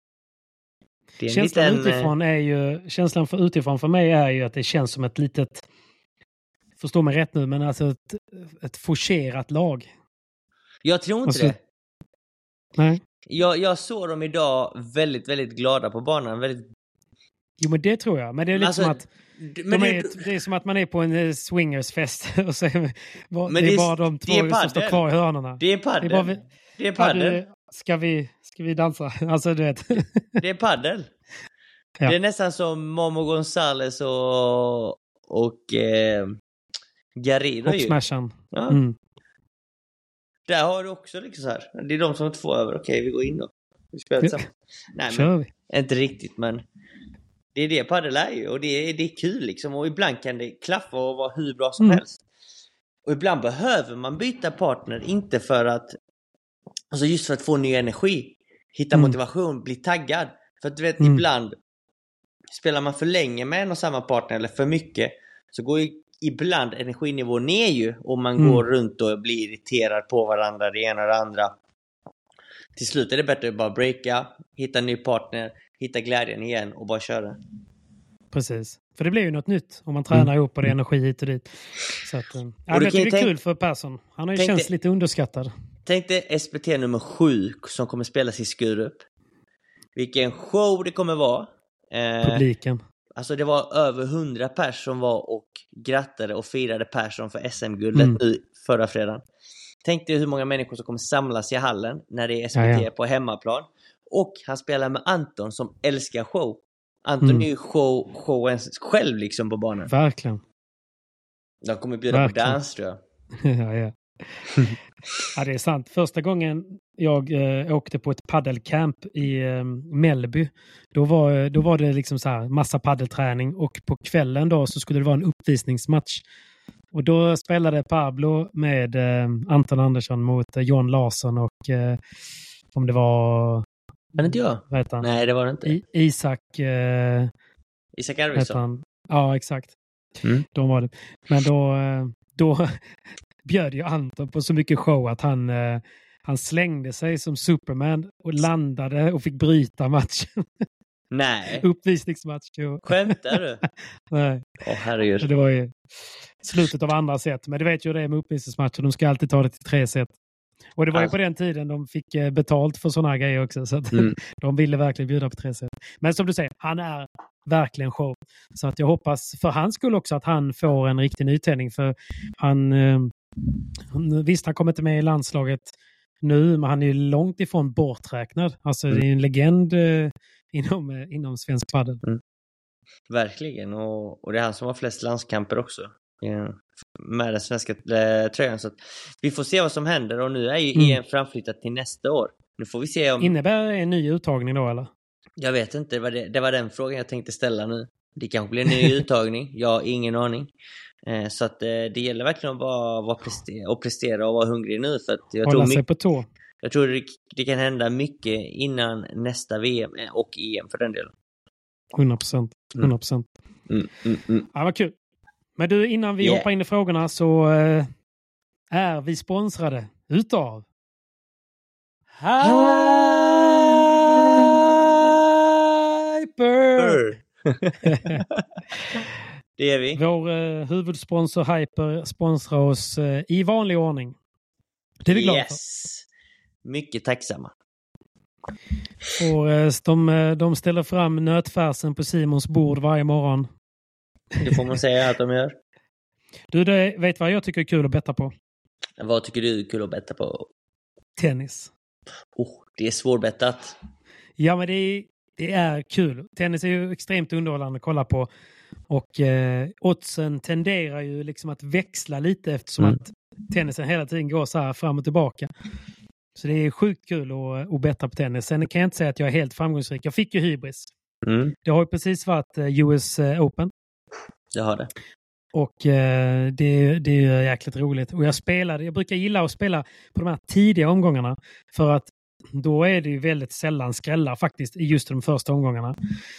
Känslan utifrån för mig är ju att det känns som ett litet, förstå mig rätt nu, men alltså ett forcerat lag. Jag tror inte det. Nej. Jag såg dem idag väldigt, väldigt glada på banan. Jo, men det tror jag. Men det är lite som att det är som att man är på en swingersfest och så är det bara de två som står kvar i hörnorna. Det är paddel. Det är paddel. Ska vi dansa? Alltså, du vet. Det är paddel. Ja. Det är nästan som Momo Gonzales och Garrido. Hoppsmashan. Ja. Där har du också liksom så här. Det är de som är två över. Okej, vi går in då. Vi spelar tillsammans. Nej, men inte riktigt, men det är det paddel är ju. Och det är kul liksom. Och ibland kan det klaffa och vara hur bra som helst. Och ibland behöver man byta partner. Inte för att, alltså just för att få ny energi. Hitta motivation, bli taggad. För att du vet, ibland spelar man för länge med en och samma partner eller för mycket, så går ju ibland energinivån ner ju, och man går runt och blir irriterad på varandra, det ena och det andra. Till slut är det bättre att bara breaka, hitta en ny partner, hitta glädjen igen och bara köra. Precis. För det blir ju något nytt om man tränar ihop och det är energi hit och dit. Så att, det är kul för Persson. Han har ju känts lite underskattad. Tänk dig SPT nummer 7 som kommer spelas i Skurup. Vilken show det kommer vara. Publiken. Alltså det var över 100 pers som var och grattade och firade Persson för SM-guldet nu förra fredagen. Tänk dig hur många människor som kommer samlas i hallen när det är SPT på hemmaplan. Och han spelar med Anton som älskar show. Anton är ju showen själv liksom på banan. Verkligen. De kommer bjuda på dans, tror jag. Ja. Ja, det är sant. Första gången jag åkte på ett paddelcamp i Mellby, då var det liksom så här massa paddelträning, och på kvällen då så skulle det vara en uppvisningsmatch. Och då spelade Pablo med Anton Andersson mot John Larsson och om det var Var det inte jag? Nej, det var det inte. Isak Arvidsson. Ja, exakt. De var det. Men då bjöd ju Anton på så mycket show att han slängde sig som Superman och landade och fick bryta matchen. Nej. Uppvisningsmatch. Skämtar du? Nej. Herregud. Det var ju slutet av andra set. Men du vet ju det med uppvisningsmatcher. De ska alltid ta det till 3 set. Och det var ju på den tiden de fick betalt för sådana grejer också. Så att de ville verkligen bjuda på 3 set. Men som du säger, han är verkligen show. Så att jag hoppas för hans skull också att han får en riktig nytändning. För visst, han kommer inte med i landslaget nu, men han är ju långt ifrån borträknad. Alltså det är en legend inom svensk padel. Verkligen, och det är han som har flest landskamper också med den svenska tröjan. Så att vi får se vad som händer, och nu är ju EM framflyttat till nästa år. Nu får vi se om... Innebär det en ny uttagning då, eller? Jag vet inte, det var den frågan jag tänkte ställa nu. Det kanske blir en ny uttagning, jag har ingen aning. Så att det gäller verkligen att prestera och vara hungrig nu. För att hålla sig på tå. Jag tror det kan hända mycket innan nästa VM och EM för den delen. 100%. 100%. Ja, vad kul. Men du, innan vi hoppar in i frågorna så är vi sponsrade utav Hyper! Det är vi. Vår huvudsponsor Hyper sponsrar oss i vanlig ordning. Det är vi glada för. Mycket tacksamma. Och de ställer fram nötfärsen på Simons bord varje morgon. Det får man säga att de gör. Du, vet vad jag tycker är kul att betta på? Vad tycker du är kul att betta på? Tennis. Det är svårbettat. Ja, men det är kul. Tennis är ju extremt underhållande att kolla på. Och oddsen tenderar ju liksom att växla lite eftersom att tennisen hela tiden går så här fram och tillbaka. Så det är sjukt kul att betta på tennis. Sen kan jag inte säga att jag är helt framgångsrik. Jag fick ju hybris. Det har ju precis varit US Open. Jag har det. Och det är jäkligt roligt. Och jag brukar gilla att spela på de här tidiga omgångarna. För att då är det ju väldigt sällan skrällar faktiskt i just de första omgångarna.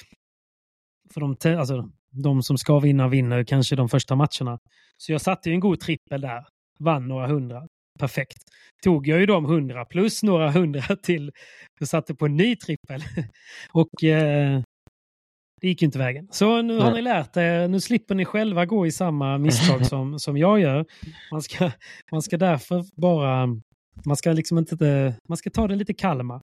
För de som ska vinner kanske de första matcherna. Så jag satte ju en god trippel där. Vann några 100. Perfekt. Tog jag ju de 100 plus några 100 till. Jag satte på en ny trippel. Och det gick ju inte vägen. Så nu har ni lärt er. Nu slipper ni själva gå i samma misstag som jag gör. Man ska därför bara... Man ska ta det lite kalma.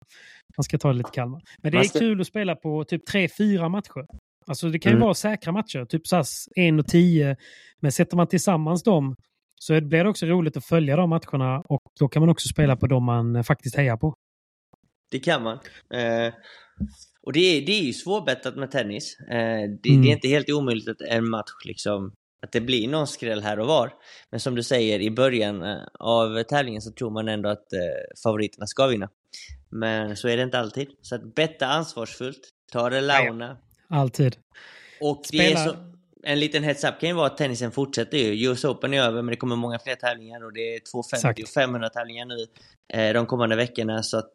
Men det är kul att spela på typ 3-4 matcher. Alltså det kan ju vara säkra matcher. Typ så 1-10. Men sätter man tillsammans dem så blir det också roligt att följa de matcherna. Och då kan man också spela på dem man faktiskt hejar på. Det kan man. Och det är ju svårbettat med tennis. Det är inte helt omöjligt att en match liksom, att det blir någon skräll här och var. Men som du säger, i början av tävlingen så tror man ändå att favoriterna ska vinna. Men så är det inte alltid. Så att betta ansvarsfullt. Ta det launa. Alltid. Och det är så, en liten heads up kan ju vara att tennisen fortsätter ju. US Open är över, men det kommer många fler tävlingar. Och det är 250 och 500 tävlingar nu de kommande veckorna. Så att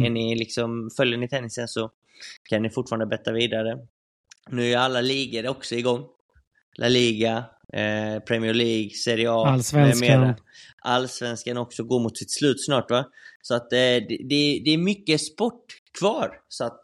följer ni tennisen så kan ni fortfarande betta vidare. Nu är alla ligor också igång. La Liga, Premier League, Serie A, Allsvenskan. Allsvenskan också går mot sitt slut snart, va? Så att det är mycket sport kvar. Så att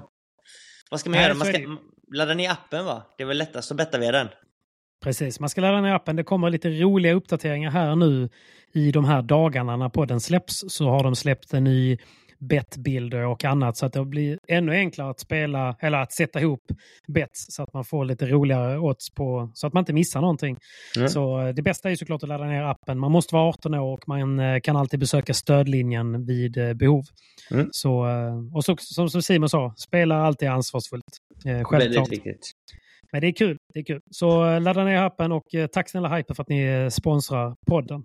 vad ska man göra? Man ska ladda ner appen, va? Det är väl lättast att betta via den. Precis, man ska ladda ner appen. Det kommer lite roliga uppdateringar här nu i de här dagarna när podden släpps. Så har de släppt en ny bettbilder och annat så att det blir ännu enklare att spela eller att sätta ihop bets så att man får lite roligare odds på så att man inte missar någonting. Så det bästa är ju såklart att ladda ner appen. Man måste vara 18 år och man kan alltid besöka stödlinjen vid behov. Så, och så, som Simon sa, spela alltid ansvarsfullt. Självklart. Väldigt viktigt. Men det är kul. Så ladda ner appen och tack snälla Hyper för att ni sponsrar podden.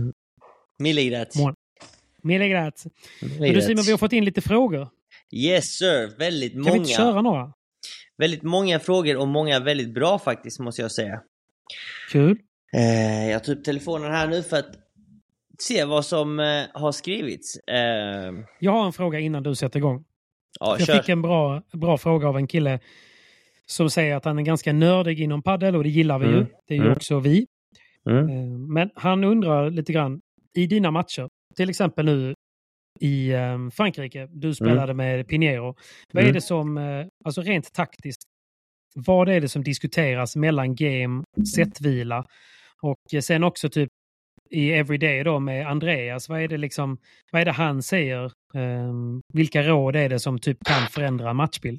Mille grazie. Mille grazie. Men du Simon, vi har fått in lite frågor. Yes sir, väldigt många. Kan vi inte köra några? Väldigt många frågor och många väldigt bra faktiskt, måste jag säga. Kul. Jag tar upp telefonen här nu för att se vad som har skrivits. Jag har en fråga innan du sätter igång. Ja, jag fick en bra fråga av en kille som säger att han är ganska nördig inom paddel och det gillar vi ju. Det är ju också vi. Men han undrar lite grann i dina matcher, till exempel nu i Frankrike, du spelade med Pinheiro. Vad är det som, alltså rent taktiskt, vad är det som diskuteras mellan game, setvila och sen också typ i Everyday då med Andreas, vad är det han säger? Vilka råd är det som typ kan förändra matchbild?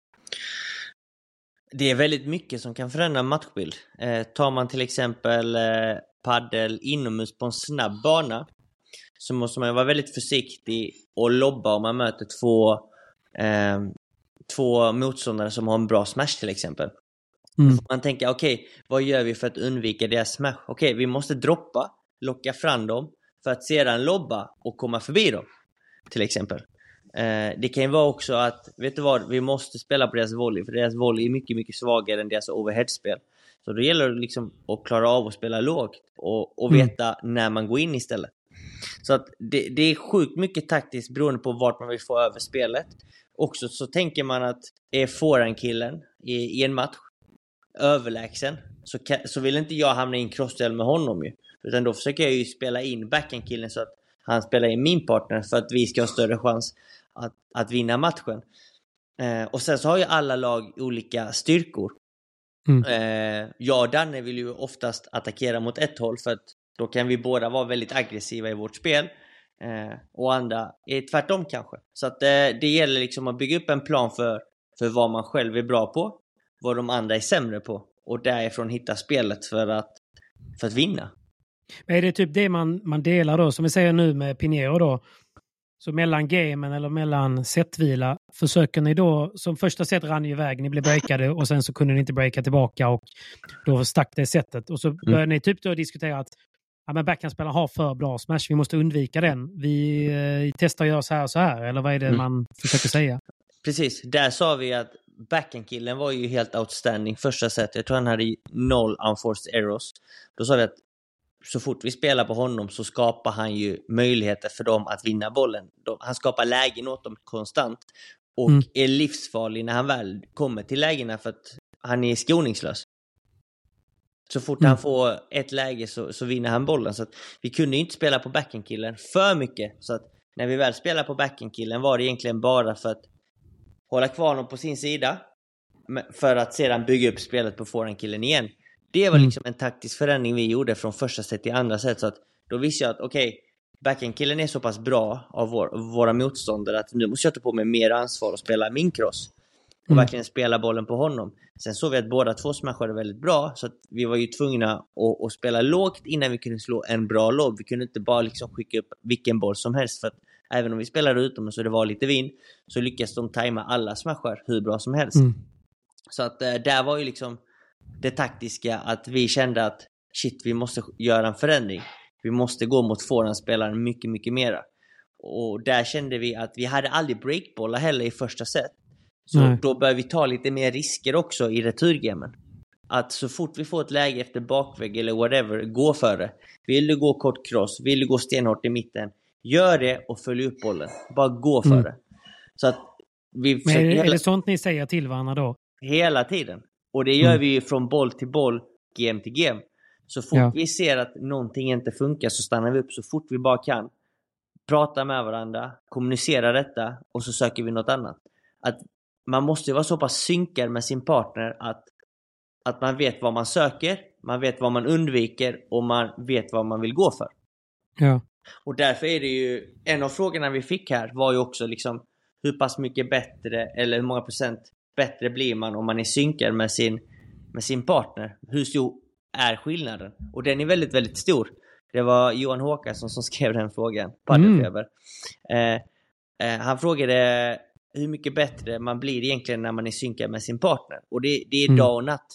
Det är väldigt mycket som kan förändra matchbild. Tar man till exempel paddel inomhus på en snabb bana, så måste man vara väldigt försiktig och lobba om man möter två motståndare som har en bra smash till exempel. Man tänker, okej, vad gör vi för att undvika deras smash? Okej, vi måste droppa, locka fram dem för att sedan lobba och komma förbi dem till exempel. Det kan ju vara också att, vet du vad, vi måste spela på deras volley, för deras volley är mycket, mycket svagare än deras overheadspel. Så då gäller det liksom att klara av att spela lågt och veta när man går in istället. Så att det är sjukt mycket taktiskt beroende på vart man vill få över spelet. Också så tänker man att är forehandkillen i en match överlägsen, så vill inte jag hamna i en crossduell med honom ju. Utan då försöker jag ju spela in backhandkillen så att han spelar in min partner för att vi ska ha större chans att vinna matchen. Och sen så har ju alla lag olika styrkor. Jag och Danne vill ju oftast attackera mot ett håll, för att då kan vi båda vara väldigt aggressiva i vårt spel. Och andra är tvärtom kanske. Så att det gäller liksom att bygga upp en plan för vad man själv är bra på, vad de andra är sämre på, och därifrån hitta spelet för att vinna. Är det typ det man delar då, som vi säger nu med Pinheiro då? Så mellan gamen eller mellan setvila, försöker ni då, som första set rann iväg, ni blev breakade och sen så kunde ni inte breaka tillbaka och då stack det setet. Och så började ni typ då diskutera att men backhandspelaren har för bra smash, vi måste undvika den. Vi testar att göra så här och så här, eller vad är det man försöker säga? Precis, där sa vi att backhandkillen var ju helt outstanding första set. Jag tror han hade 0 unforced errors. Då sa vi att så fort vi spelar på honom så skapar han ju möjligheter för dem att vinna bollen. Han skapar lägen åt dem konstant och är livsfarlig när han väl kommer till lägena, för att han är skoningslös. Så fort han får ett läge så vinner han bollen. Så att vi kunde ju inte spela på backhandkillen för mycket. Så att när vi väl spelar på backhandkillen var det egentligen bara för att hålla kvar honom på sin sida, för att sedan bygga upp spelet på forehandkillen igen. Det var liksom en taktisk förändring vi gjorde från första set till andra set. Så att då visste jag att okej, backhandkillen är så pass bra av våra motståndare att nu måste jag ta på mig mer ansvar och spela min cross. Och verkligen spela bollen på honom. Sen såg vi att båda två smashade väldigt bra. Så att vi var ju tvungna att spela lågt innan vi kunde slå en bra lobb. Vi kunde inte bara liksom skicka upp vilken boll som helst. För att även om vi spelade utom så det var lite vind, så lyckades de tajma alla smashar hur bra som helst. Så att där var ju liksom det taktiska, att vi kände att shit, vi måste göra en förändring. Vi måste gå mot forehandspelaren mycket, mycket mera. Och där kände vi att vi hade aldrig breakbollar heller i första set. Så då bör vi ta lite mer risker också i returgamen. Att så fort vi får ett läge efter bakvägg eller whatever, gå för det. Vill du gå kort cross, vill du gå stenhårt i mitten, gör det och följ upp bollen. Bara gå för det. Så att vi är det sånt ni säger till varandra då? Hela tiden. Och det gör vi ju från boll till boll, game till game. Så fort vi ser att någonting inte funkar så stannar vi upp så fort vi bara kan. Prata med varandra, kommunicera detta och så söker vi något annat. Att man måste vara så pass synkad med sin partner att man vet vad man söker, man vet vad man undviker och man vet vad man vill gå för. Ja. Och därför är det ju, en av frågorna vi fick här var ju också liksom hur pass mycket bättre eller hur många procent bättre blir man om man är synkad med sin partner. Hur stor är skillnaden? Och den är väldigt, väldigt stor. Det var Johan Håkansson som skrev den frågan. Paddelfeber. Han frågade hur mycket bättre man blir egentligen när man är synkad med sin partner. Och det är dag och natt.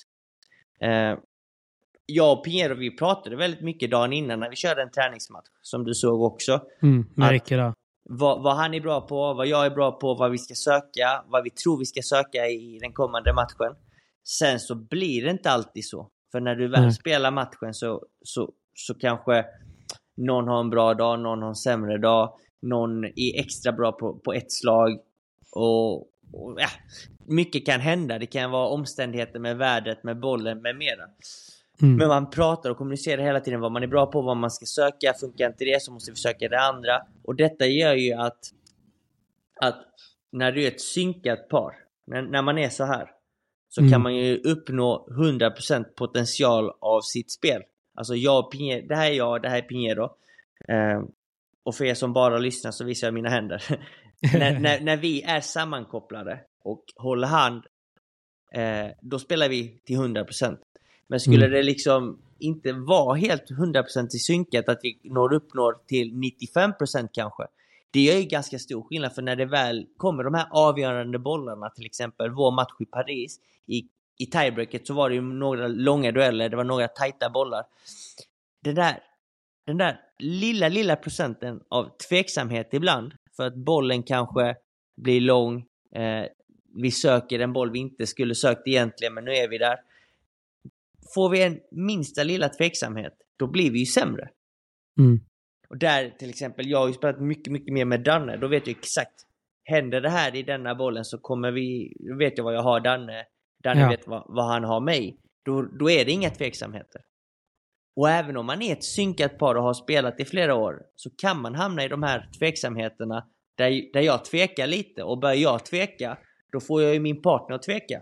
Jag och Pinheiro, vi pratade väldigt mycket dagen innan när vi körde en träningsmatch. Som du såg också. Märker det. Vad han är bra på, vad jag är bra på, vad vi ska söka, vad vi tror vi ska söka i den kommande matchen. Sen så blir det inte alltid så. För när du väl spelar matchen så kanske någon har en bra dag, någon har en sämre dag, någon är extra bra på ett slag ja, mycket kan hända. Det kan vara omständigheter med värdet, med bollen, med mera. Men man pratar och kommunicerar hela tiden vad man är bra på, vad man ska söka. Funkar inte det så måste vi söka det andra. Och detta gör ju att när du är ett synkat par, när man är så här, så kan man ju uppnå 100% potential av sitt spel. Alltså det här är Pinheiro. Och för er som bara lyssnar så visar jag mina händer. när vi är sammankopplade och håller hand, då spelar vi till 100%. Men skulle det liksom inte vara helt 100% i synkat, att vi uppnår till 95% kanske, det är ju ganska stor skillnad. För när det väl kommer de här avgörande bollarna, till exempel vår match i Paris, i tiebreaket så var det ju några långa dueller, det var några tajta bollar. Den där lilla procenten av tveksamhet ibland, för att bollen kanske blir lång, vi söker en boll vi inte skulle sökt egentligen, men nu är vi där. Får vi en minsta lilla tveksamhet, då blir vi ju sämre. Och där till exempel, jag har ju spelat mycket, mycket mer med Danne. Då vet jag exakt, händer det här i denna bollen så vet jag vad jag har Danne. Danne vet vad han har mig. Då är det inga tveksamheter. Och även om man är ett synkat par och har spelat i flera år, så kan man hamna i de här tveksamheterna där jag tvekar lite. Och börjar jag tveka, då får jag ju min partner att tveka.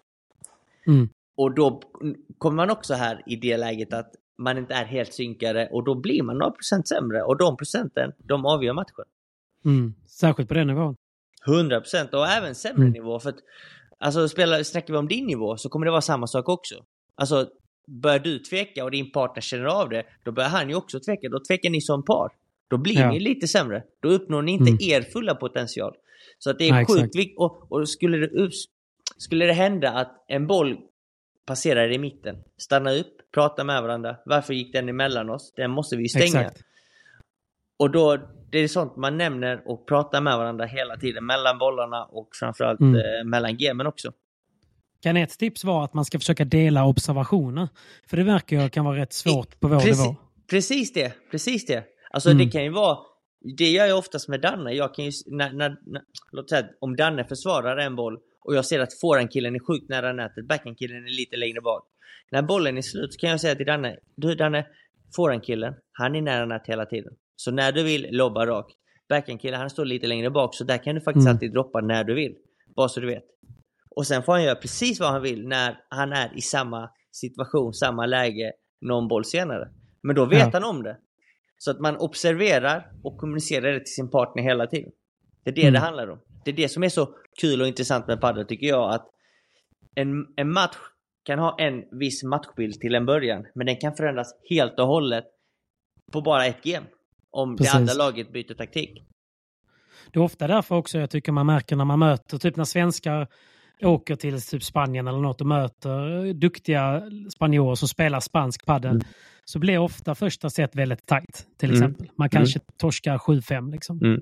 Och då kommer man också här i det läget att man inte är helt synkade, och då blir man några procent sämre, och de procenten, de avgör matchen. Särskilt på den nivån. 100%, och även sämre nivå. För att, alltså snackar vi om din nivå, så kommer det vara samma sak också. Alltså börjar du tveka och din partner känner av det, då börjar han ju också tveka. Då tvekar ni som par. Då blir ni lite sämre. Då uppnår ni inte er fulla potential. Så att det är sjukt viktigt. Och skulle det hända att en boll passerar i mitten, stanna upp, prata med varandra. Varför gick den emellan oss? Den måste vi stänga. Exakt. Och då, det är sånt man nämner och pratar med varandra hela tiden, mellan bollarna och framförallt mellan gamen också. Kan ett tips vara att man ska försöka dela observationer? För det verkar ju kan vara rätt svårt på vår nivå. Precis det. Alltså det kan ju vara, det gör jag oftast med Danne. Jag kan ju, låt säga om Danne försvarar en boll och jag ser att forehandkillen är sjukt nära nätet, backhandkillen är lite längre bak. När bollen är slut så kan jag säga till Danne, du Danne, forehandkillen, han är nära nät hela tiden. Så när du vill lobba rakt, backhandkillen han står lite längre bak, så där kan du faktiskt alltid droppa när du vill. Bara så du vet. Och sen får han göra precis vad han vill när han är i samma situation, samma läge någon boll senare. Men då vet han om det. Så att man observerar och kommunicerar det till sin partner hela tiden. Det är det det handlar om. Det är det som är så kul och intressant med padel, tycker jag. Att en match kan ha en viss matchbild till en början, men den kan förändras helt och hållet på bara ett game. Om det andra laget byter taktik. Det är ofta därför också jag tycker man märker när man möter, typ när svenskar åker till typ Spanien eller något och möter duktiga spanjorer som spelar spansk padel, så blir ofta första set väldigt tajt, till exempel. Man kanske torskar 7-5 liksom.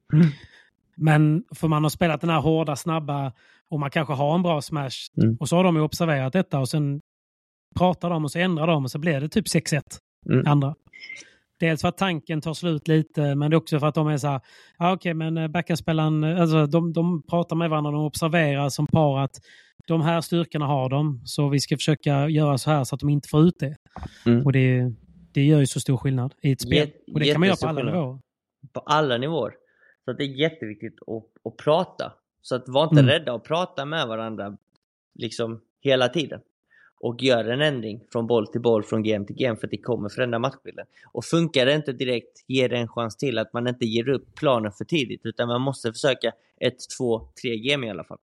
Men för man har spelat den här hårda, snabba, och man kanske har en bra smash, och så har de ju observerat detta och sen pratar de och så ändrar de och så blir det typ 6-1 andra. Dels för att tanken tar slut lite, men det är också för att de är så här, okej, men backhandspelaren, alltså de pratar med varandra, de observerar som par att de här styrkorna har de, så vi ska försöka göra så här så att de inte får ut det. Och det gör ju så stor skillnad i ett spel. Och det kan man göra på alla nivåer. På alla nivåer. Så det är jätteviktigt att prata. Så att var inte rädda att prata med varandra liksom hela tiden. Och gör en ändring från boll till boll, från game till game, för att det kommer förändra matchbilden. Och funkar det inte direkt, ger det en chans till att man inte ger upp planen för tidigt, utan man måste försöka 1, 2, 3 game i alla fall.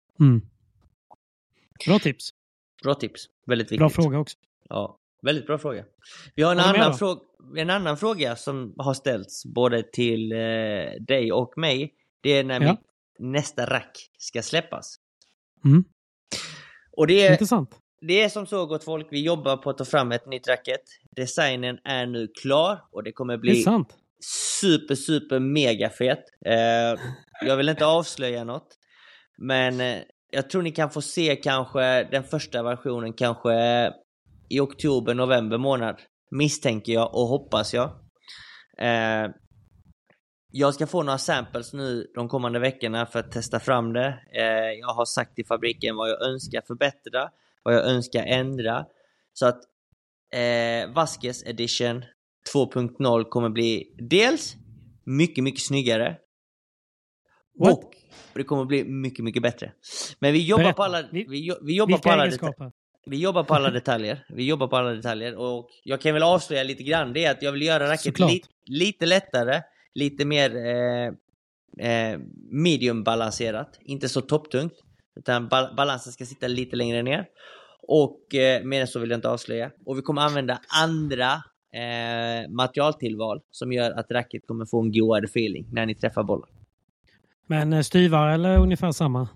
Bra tips. Väldigt viktigt. Bra fråga också. Ja, väldigt bra fråga. Vi har en annan fråga som har ställts både till dig och mig. Det är när mitt nästa rack ska släppas. Och det är intressant. Det är som så, gott folk, vi jobbar på att ta fram ett nytt racket. Designen är nu klar och det kommer bli super mega fet. Jag vill inte avslöja något, men jag tror ni kan få se kanske den första versionen kanske i oktober, november månad, misstänker jag och hoppas jag. Jag ska få några samples nu de kommande veckorna för att testa fram det. Jag har sagt till fabriken vad jag önskar förbättra, vad jag önskar ändra. Så att Vasquez Edition 2.0 kommer bli dels mycket, mycket snyggare. Och det kommer bli mycket, mycket bättre. Men vi jobbar på alla vi jobbar på alla detaljer. Och jag kan väl avslöja lite grann. Det är att jag vill göra racket lite lättare. Lite mer medium-balanserat. Inte så topptungt. Utan balansen ska sitta lite längre ner. Och mer så vill jag inte avslöja. Och vi kommer använda andra materialtillval som gör att racket kommer få en godare feeling när ni träffar bollen. Men styvar eller ungefär samma?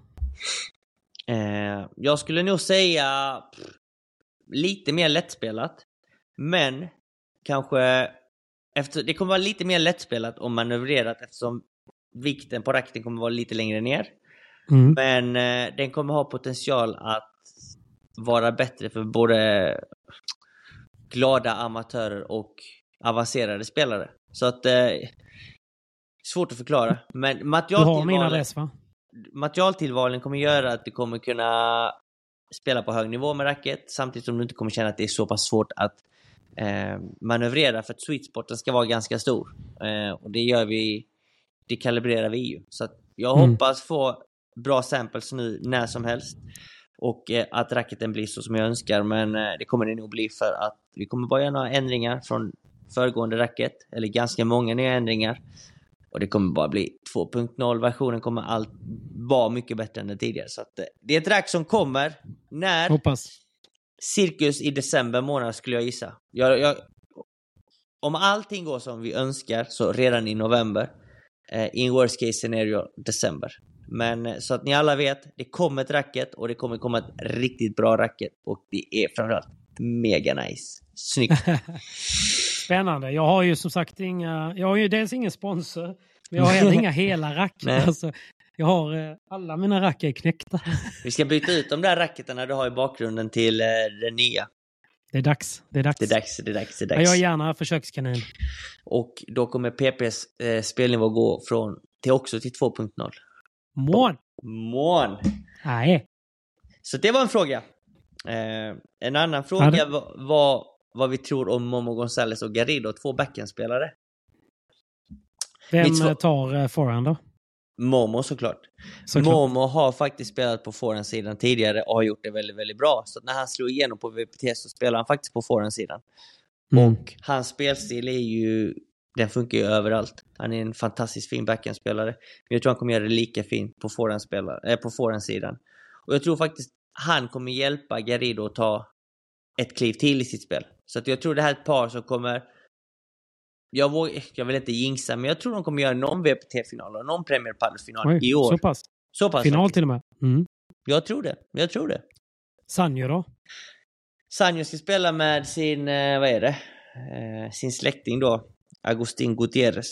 Jag skulle nog säga lite mer lättspelat. Men kanske det kommer vara lite mer lättspelat och manövrerat eftersom vikten på racketen kommer vara lite längre ner. Men den kommer ha potential att vara bättre för både glada amatörer och avancerade spelare. Så att svårt att förklara. Men materialtillvalen kommer göra att du kommer kunna spela på hög nivå med racket samtidigt som du inte kommer känna att det är så pass svårt att manövrera för att sweet spoten ska vara ganska stor. Och det kalibrerar vi ju. Så att jag hoppas få bra samples nu när som helst. Och att racketen blir så som jag önskar. Men det kommer det nog bli för att vi kommer bara göra några ändringar från föregående racket. Eller ganska många nya ändringar. Och det kommer bara bli 2.0-versionen kommer allt vara mycket bättre än den tidigare. Så att, det är ett rack som kommer när cirkus i december månad skulle jag gissa. Om allting går som vi önskar så redan i november. In worst case scenario december. Men så att ni alla vet, det kommer ett racket och det kommer komma ett riktigt bra racket. Och det är framförallt mega nice. Snyggt. Spännande. Jag har ju som sagt jag har ju dels ingen sponsor, men jag har heller inga hela rack. Alltså, jag har alla mina rack är knäckta. Vi ska byta ut de där racketarna du har i bakgrunden till den nya. Det är dags. Det är dags. Jag är gärna försökskanin. Och då kommer PPs spelnivå gå till 2.0. Mån. Nej. Så det var en fråga. En annan fråga var vad vi tror om Momo Gonzalez och Garrido, 2 backhandspelare. Vem tar forehand då? Momo såklart. Momo har faktiskt spelat på forehandsidan tidigare och har gjort det väldigt, väldigt bra. Så när han slog igenom på VPT så spelar han faktiskt på forehandsidan. Och hans spelstil den funkar ju överallt. Han är en fantastiskt fin backhandspelare. Men jag tror han kommer göra det lika fint på forehandsidan. Och jag tror faktiskt han kommer hjälpa Garrido att ta ett kliv till i sitt spel. Så att jag tror det här är ett par som kommer... Jag vill inte jinxa, men jag tror de kommer göra någon VPT-final och någon Premier Padel-final i år. Så pass final till och med. Jag tror det. Sanjo då? Sanjo ska spela med sin, sin släkting då. Agustin Gutierrez.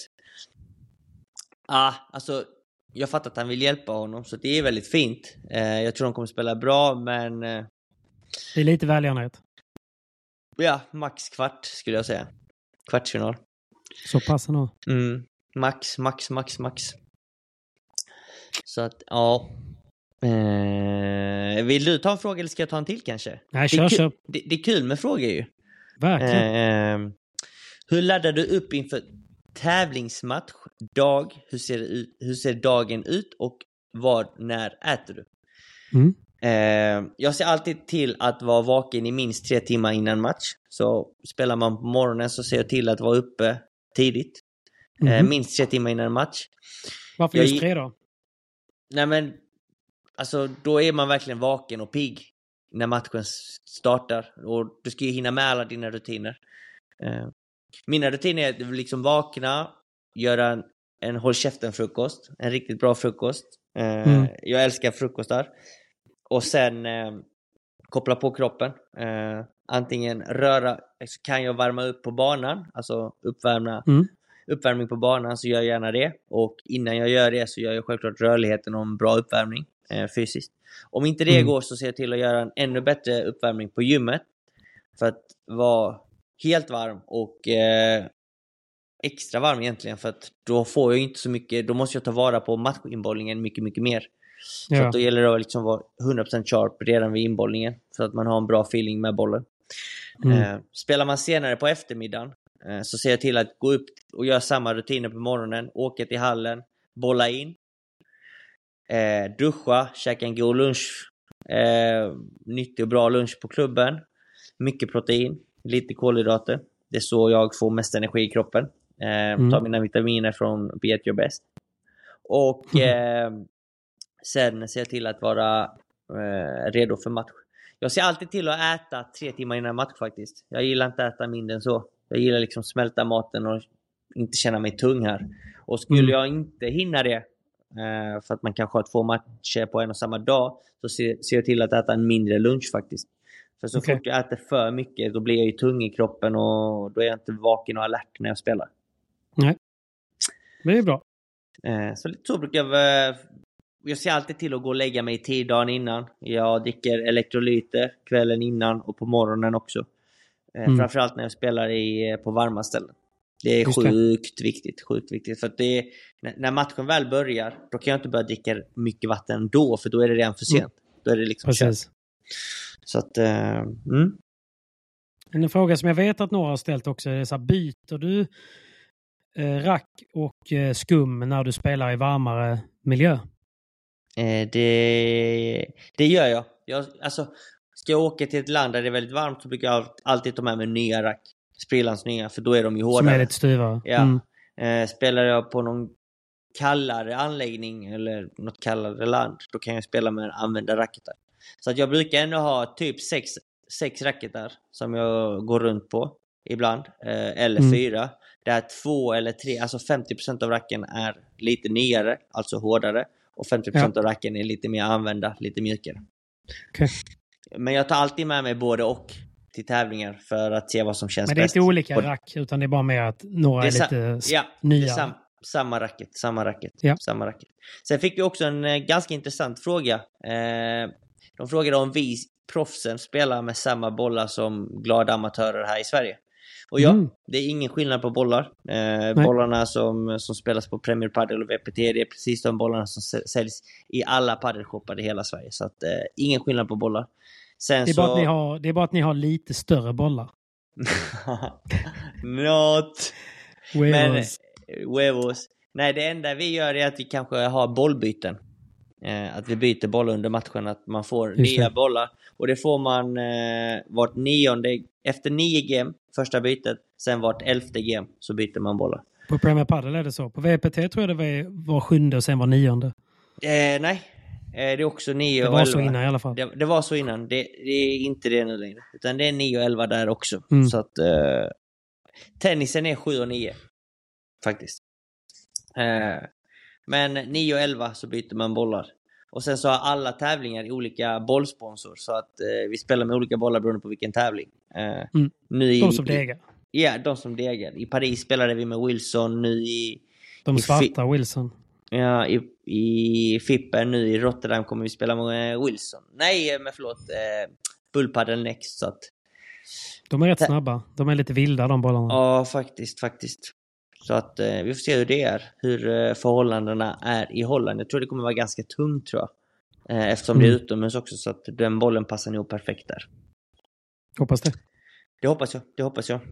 Alltså jag fattar att han vill hjälpa honom, så det är väldigt fint. Jag tror de kommer spela bra, men... Det är lite välgörenhet. Ja, max kvart skulle jag säga. Kvartsfinal. Så passar nog. Max. Så att, ja. Vill du ta en fråga eller ska jag ta en till kanske? Nej, kör. Det är kul med frågor ju. Verkligen. Hur laddar du upp inför tävlingsmatch? Hur ser dagen ut? Och när äter du? Jag ser alltid till att vara vaken i minst 3 timmar innan match. Så spelar man på morgonen så ser jag till att vara uppe tidigt. Minst 3 timmar innan match. Varför just 3 då? Nej men, alltså då är man verkligen vaken och pigg när matchen startar. Och du ska ju hinna med alla dina rutiner. Mina rutiner är att liksom vakna, göra en håll käften-frukost. En riktigt bra frukost. Jag älskar frukostar. Och sen koppla på kroppen. Antingen röra, så kan jag värma upp på banan. Alltså uppvärmning på banan, så gör jag gärna det. Och innan jag gör det så gör jag självklart rörligheten och en bra uppvärmning fysiskt. Om inte det går så ser jag till att göra en ännu bättre uppvärmning på gymmet. För att vara helt varm och extra varm egentligen, för att då får jag inte så mycket, då måste jag ta vara på matchinbollningen mycket, mycket mer. Så att då gäller det att liksom vara 100% sharp redan vid inbollningen, så att man har en bra feeling med bollen. Spelar man senare på eftermiddagen, så ser jag till att gå upp och göra samma rutiner på morgonen, åka till hallen, bolla in, duscha, käka en god lunch, nyttig och bra lunch på klubben, mycket protein, lite kolhydrater. Det är så jag får mest energi i kroppen. Ta mina vitaminer från Be At Your Best. Och sen ser jag till att vara redo för match. Jag ser alltid till att äta 3 timmar innan match faktiskt. Jag gillar inte att äta mindre än så. Jag gillar liksom smälta maten och inte känna mig tung här. Och skulle jag inte hinna det, för att man kanske har 2 matcher på en och samma dag, så ser jag till att äta en mindre lunch faktiskt. För så fort jag äter för mycket, då blir jag ju tung i kroppen och då är jag inte vaken och alert när jag spelar. Nej, det är bra. Så brukar jag ser alltid till att gå och lägga mig i tid dagen innan. Jag dricker elektrolyter kvällen innan och på morgonen också. Framförallt när jag spelar på varma ställen. Det är sjukt viktigt. För att när matchen väl börjar, då kan jag inte börja dricka mycket vatten då, för då är det redan för sent. Då är det liksom precis. Så att, En fråga som jag vet att några har ställt också är så här, byter du rack och skum när du spelar i varmare miljö? Det gör jag. Ska jag åka till ett land där det är väldigt varmt, så brukar jag alltid ta med mig nya rack. Sprillans nya, för då är de ju hårdare. Som är lite styvare. Ja. Spelar jag på någon kallare anläggning eller något kallare land, då kan jag spela med använda racketar. Så att jag brukar ändå ha typ 6 racketar som jag går runt på ibland, eller 4. Där 2 eller 3, alltså 50% av racken är lite nyare, alltså hårdare, och 50% av racken är lite mer använda, lite mjukare. Okay. Men jag tar alltid med mig både och till tävlingar för att se vad som känns bäst. Men det är inte olika rack, utan det är bara med att några är lite nya. Det är samma racket. Ja. Samma racket. Sen fick vi också en ganska intressant fråga. De frågade om vi proffsen spelar med samma bollar som glada amatörer här i Sverige. Och det är ingen skillnad på bollar. Bollarna som spelas på Premier Padel och VPT, det är precis de bollarna som säljs i alla padelshoppar i hela Sverige. Så att ingen skillnad på bollar. Sen det är bara att ni har lite större bollar. Not. Huevos. Nej, det enda vi gör är att vi kanske har bollbyten. Att vi byter bollar under matchen, att man får nya bollar. Och det får man vart 9:e, efter 9 game första bytet, sen vart 11:e game så byter man bollar. På Premier Padel är det så. På VPT tror jag det var 7:e och sen var 9:e. Nej, det är också 9 och 11. Det var så innan i alla fall. Det var så innan. Det är inte det nu längre. Utan det är 9 och 11 där också. Så att tennisen är 7 och 9 faktiskt. Men 9 och 11 så byter man bollar. Och sen så har alla tävlingar olika bollsponsor. Så att vi spelar med olika bollar beroende på vilken tävling. De som degar. Ja, de som degar. I Paris spelade vi med Wilson. Nu de svarta Wilson. Ja, i Fippen nu i Rotterdam kommer vi spela med Wilson. Nej, men förlåt. Bullpaddle Next. Så att, de är rätt snabba. De är lite vilda, de bollarna. Ja, faktiskt. Så att vi får se hur det är. Hur förhållandena är i Holland. Jag tror det kommer vara ganska tungt, tror jag. Eftersom det är utomhus också. Så att den bollen passar nog perfekt där. Hoppas det. Det hoppas jag.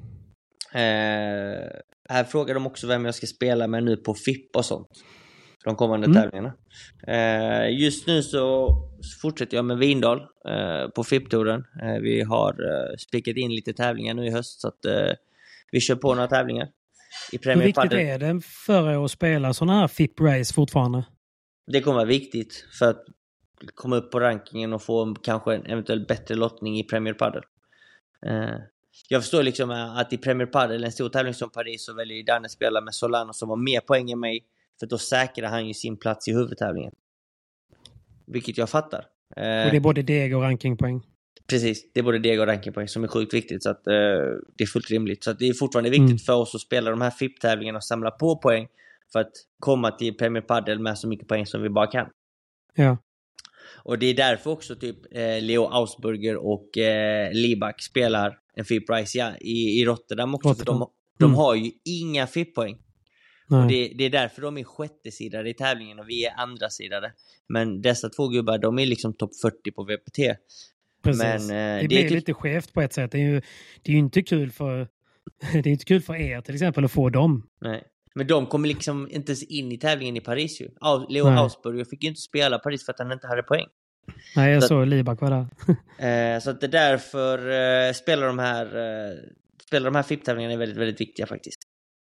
Här frågar de också vem jag ska spela med nu på FIP och sånt. De kommande tävlingarna. Just nu så fortsätter jag med Vindal på FIP-touren. Vi har spikat in lite tävlingar nu i höst. Så att vi kör på några tävlingar. Hur viktigt är det för er att spela sådana här FIP-race fortfarande? Det kommer vara viktigt för att komma upp på rankingen och få kanske en eventuellt bättre lottning i Premier Padel. Jag förstår liksom att i Premier Padel, en stor tävling som Paris, så väljer Danne spela med Solano som har mer poäng än mig, för då säkrar han ju sin plats i huvudtävlingen. Vilket jag fattar. Och det är både deg och rankingpoäng. Precis, det är både deg och rankingpoäng som är sjukt viktigt, så att det är fullt rimligt. Så att det är fortfarande viktigt för oss att spela de här FIP-tävlingarna och samla på poäng för att komma till Premier Padel med så mycket poäng som vi bara kan. Ja. Och det är därför också typ Leo Ausburger och Libak spelar en FIP Prize i Rotterdam också. Rotterdam. De har ju inga FIP-poäng. Och det är därför de är sjättesidade i tävlingen och vi är andra sidade. Men dessa två gubbar, de är liksom topp 40 på VPT. Precis. Men, det blir lite skevt på ett sätt. Det är ju inte kul för det är inte kul för er till exempel att få dem. Nej. Men de kommer liksom inte ens in i tävlingen i Paris ju. Leo Hausberg fick ju inte spela Paris för att han inte hade poäng. Nej, jag såg Libak var där. Så att det därför spelar de här FIP-tävlingarna är väldigt, väldigt viktiga faktiskt.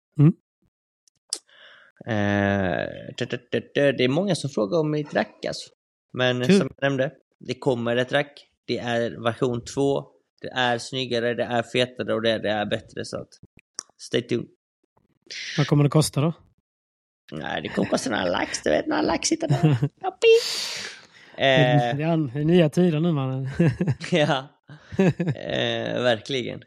Det är många som frågar om mitt rack alltså. Men som jag nämnde, det kommer ett rack. Det är version 2. Det är snyggare, det är fetare och det är bättre. Så att stay tuned. Vad kommer det kosta då? Nej, det kommer kosta några lax. Du vet, några lax sitter där. Det är nya tider nu, mannen. Ja, verkligen.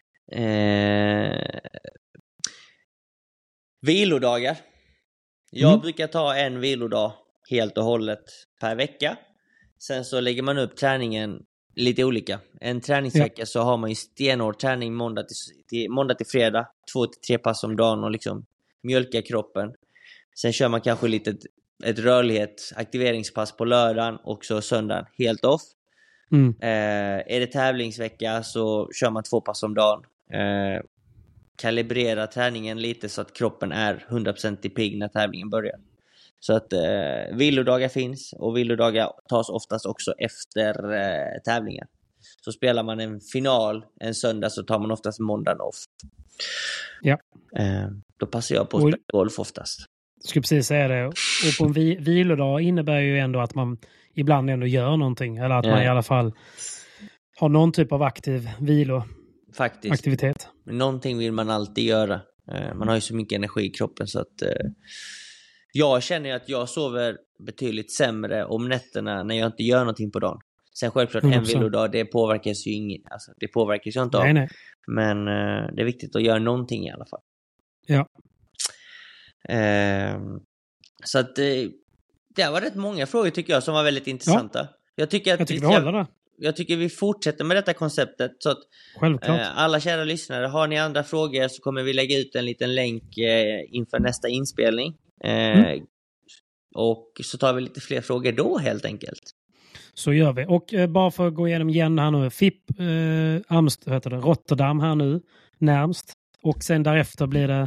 Vilodagar. Jag brukar ta en vilodag helt och hållet per vecka. Sen så lägger man upp träningen lite olika. En träningsvecka så har man ju stenhård träning måndag till fredag. 2-3 pass om dagen och liksom mjölka kroppen. Sen kör man kanske lite ett aktiveringspass på lördagen och så söndagen helt off. Är det tävlingsvecka så kör man 2 pass om dagen. Kalibrera träningen lite så att kroppen är 100% pigg när tävlingen börjar. Så att vilodagar finns och vilodagar tas oftast också efter tävlingar. Så spelar man en final en söndag så tar man oftast måndagen off. Ja. Då passar jag på att spela golf oftast. Jag skulle precis säga det. Och på en vilodag innebär ju ändå att man ibland ändå gör någonting. Eller att man i alla fall har någon typ av aktiv aktivitet. Någonting vill man alltid göra. Man har ju så mycket energi i kroppen så att jag känner att jag sover betydligt sämre om nätterna när jag inte gör någonting på dagen. Sen självklart en vilodag, det påverkas ju det påverkas ju inte av. Nej. Men det är viktigt att göra någonting i alla fall. Ja. Så att det var rätt många frågor tycker jag som var väldigt intressanta. Ja. Jag tycker vi håller det. Jag tycker vi fortsätter med detta konceptet. Så att alla kära lyssnare, har ni andra frågor så kommer vi lägga ut en liten länk inför nästa inspelning. Och så tar vi lite fler frågor då helt enkelt. Så gör vi. Och bara för att gå igenom igen här nu. FIP Rotterdam här nu närmst. Och sen därefter blir det...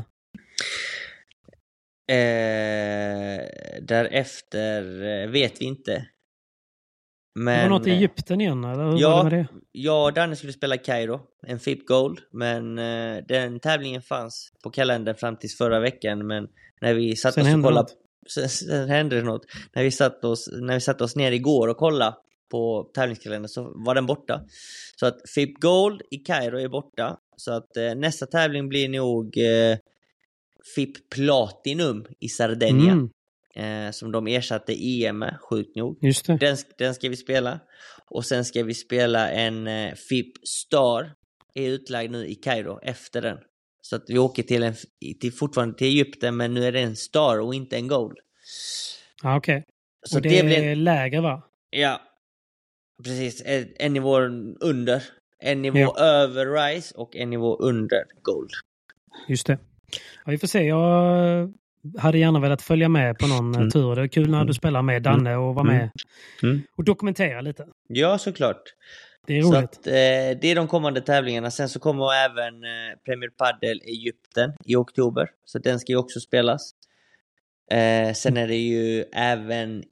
Därefter vet vi inte. Men, det var något i Egypten igen, eller hur var det med det? Ja, Danne skulle spela Kairo, en FIP Gold. Men den tävlingen fanns på kalendern fram till förra veckan. Men när vi satt oss och kollade... Sen hände det något. När vi satt oss ner igår och kollade på tävlingskalendern så var den borta. Så att FIP Gold i Kairo är borta. Så att nästa tävling blir nog FIP Platinum i Sardegna. Som de ersatte EM med, sjukt nog. Just det. Den ska vi spela. Och sen ska vi spela en FIP Star. Är utlagd nu i Kairo efter den. Så att vi åker fortfarande till Egypten, men nu är det en Star och inte en Gold. Ja, okej. Så och det blir lägre, va? Ja, precis. En nivå under. En nivå över Rise och en nivå under Gold. Just det. Ja, vi får se. Jag hade gärna velat följa med på någon tur. Det är kul när du spelar med Danne och vara med och dokumentera lite. Ja, såklart. Det är roligt. Så att, det är de kommande tävlingarna. Sen så kommer även Premier Padel Egypten i oktober. Så den ska ju också spelas. Sen är det ju även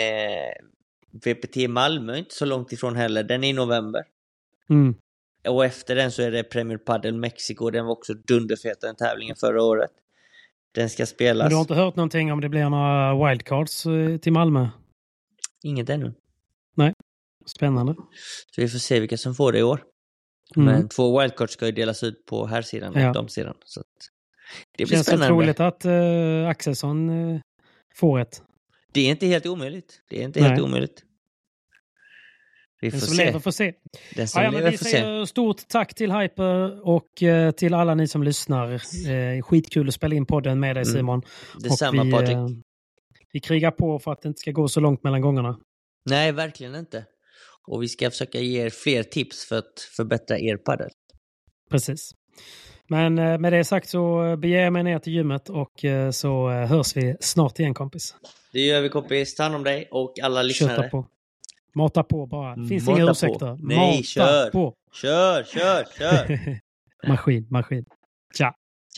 VPT Malmö, inte så långt ifrån heller. Den är i november. Och efter den så är det Premier Padel Mexiko. Den var också dunderfeta den tävlingen förra året. Den ska spelas. Men du har inte hört någonting om det blir några wildcards till Malmö? Inget ännu. Nej. Spännande. Så vi får se vilka som får det i år. Men 2 wildcards ska ju delas ut på här sidan och damsidan. Så att det blir spännande. Känns det troligt att Axelsson får ett? Det är inte helt omöjligt. Helt omöjligt. Vi får se. Får se. Den som lever får se. Säger stort tack till Hyper och till alla ni som lyssnar. Skitkul att spela in podden med dig, Simon. Detsamma, Patrik. Vi krigar på för att det inte ska gå så långt mellan gångerna. Nej, verkligen inte. Och vi ska försöka ge er fler tips för att förbättra er padel. Precis. Men med det sagt så beger jag mig ner till gymmet och så hörs vi snart igen, kompis. Det gör vi, kompis. Ta hand om dig och alla lyssnare. Köta på. Mata på bara. Det finns inga ursäkter. Nej, kör. På. Kör. Maskin. Tja.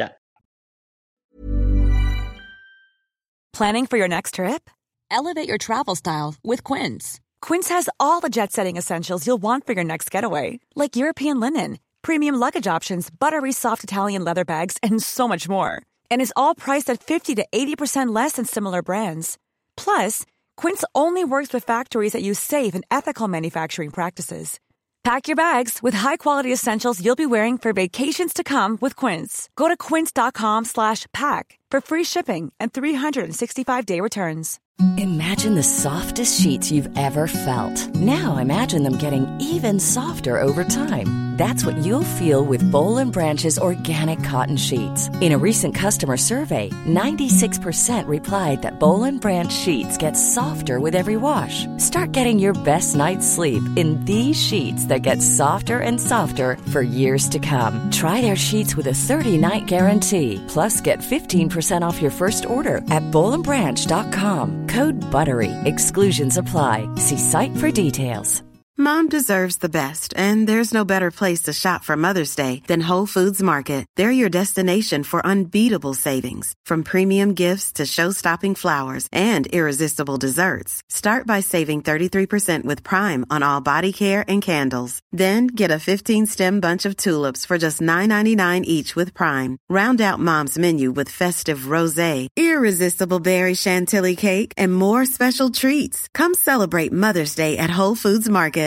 Planning for your next trip? Elevate your travel style with Quince. Quince has all the jet-setting essentials you'll want for your next getaway, like European linen, premium luggage options, buttery soft Italian leather bags, and so much more. And is all priced at 50 to 80% less than similar brands. Plus, Quince only works with factories that use safe and ethical manufacturing practices. Pack your bags with high-quality essentials you'll be wearing for vacations to come with Quince. Go to quince.com/pack for free shipping and 365-day returns. Imagine the softest sheets you've ever felt. Now imagine them getting even softer over time. That's what you'll feel with Boll & Branch's organic cotton sheets. In a recent customer survey, 96% replied that Boll & Branch sheets get softer with every wash. Start getting your best night's sleep in these sheets that get softer and softer for years to come. Try their sheets with a 30-night guarantee. Plus, get 15% off your first order at bollandbranch.com. Code BUTTERY. Exclusions apply. See site for details. Mom deserves the best, and there's no better place to shop for Mother's Day than Whole Foods Market. They're your destination for unbeatable savings, from premium gifts to show-stopping flowers and irresistible desserts. Start by saving 33% with Prime on all body care and candles. Then get a 15-stem bunch of tulips for just $9.99 each with Prime. Round out Mom's menu with festive rosé, irresistible berry chantilly cake, and more special treats. Come celebrate Mother's Day at Whole Foods Market.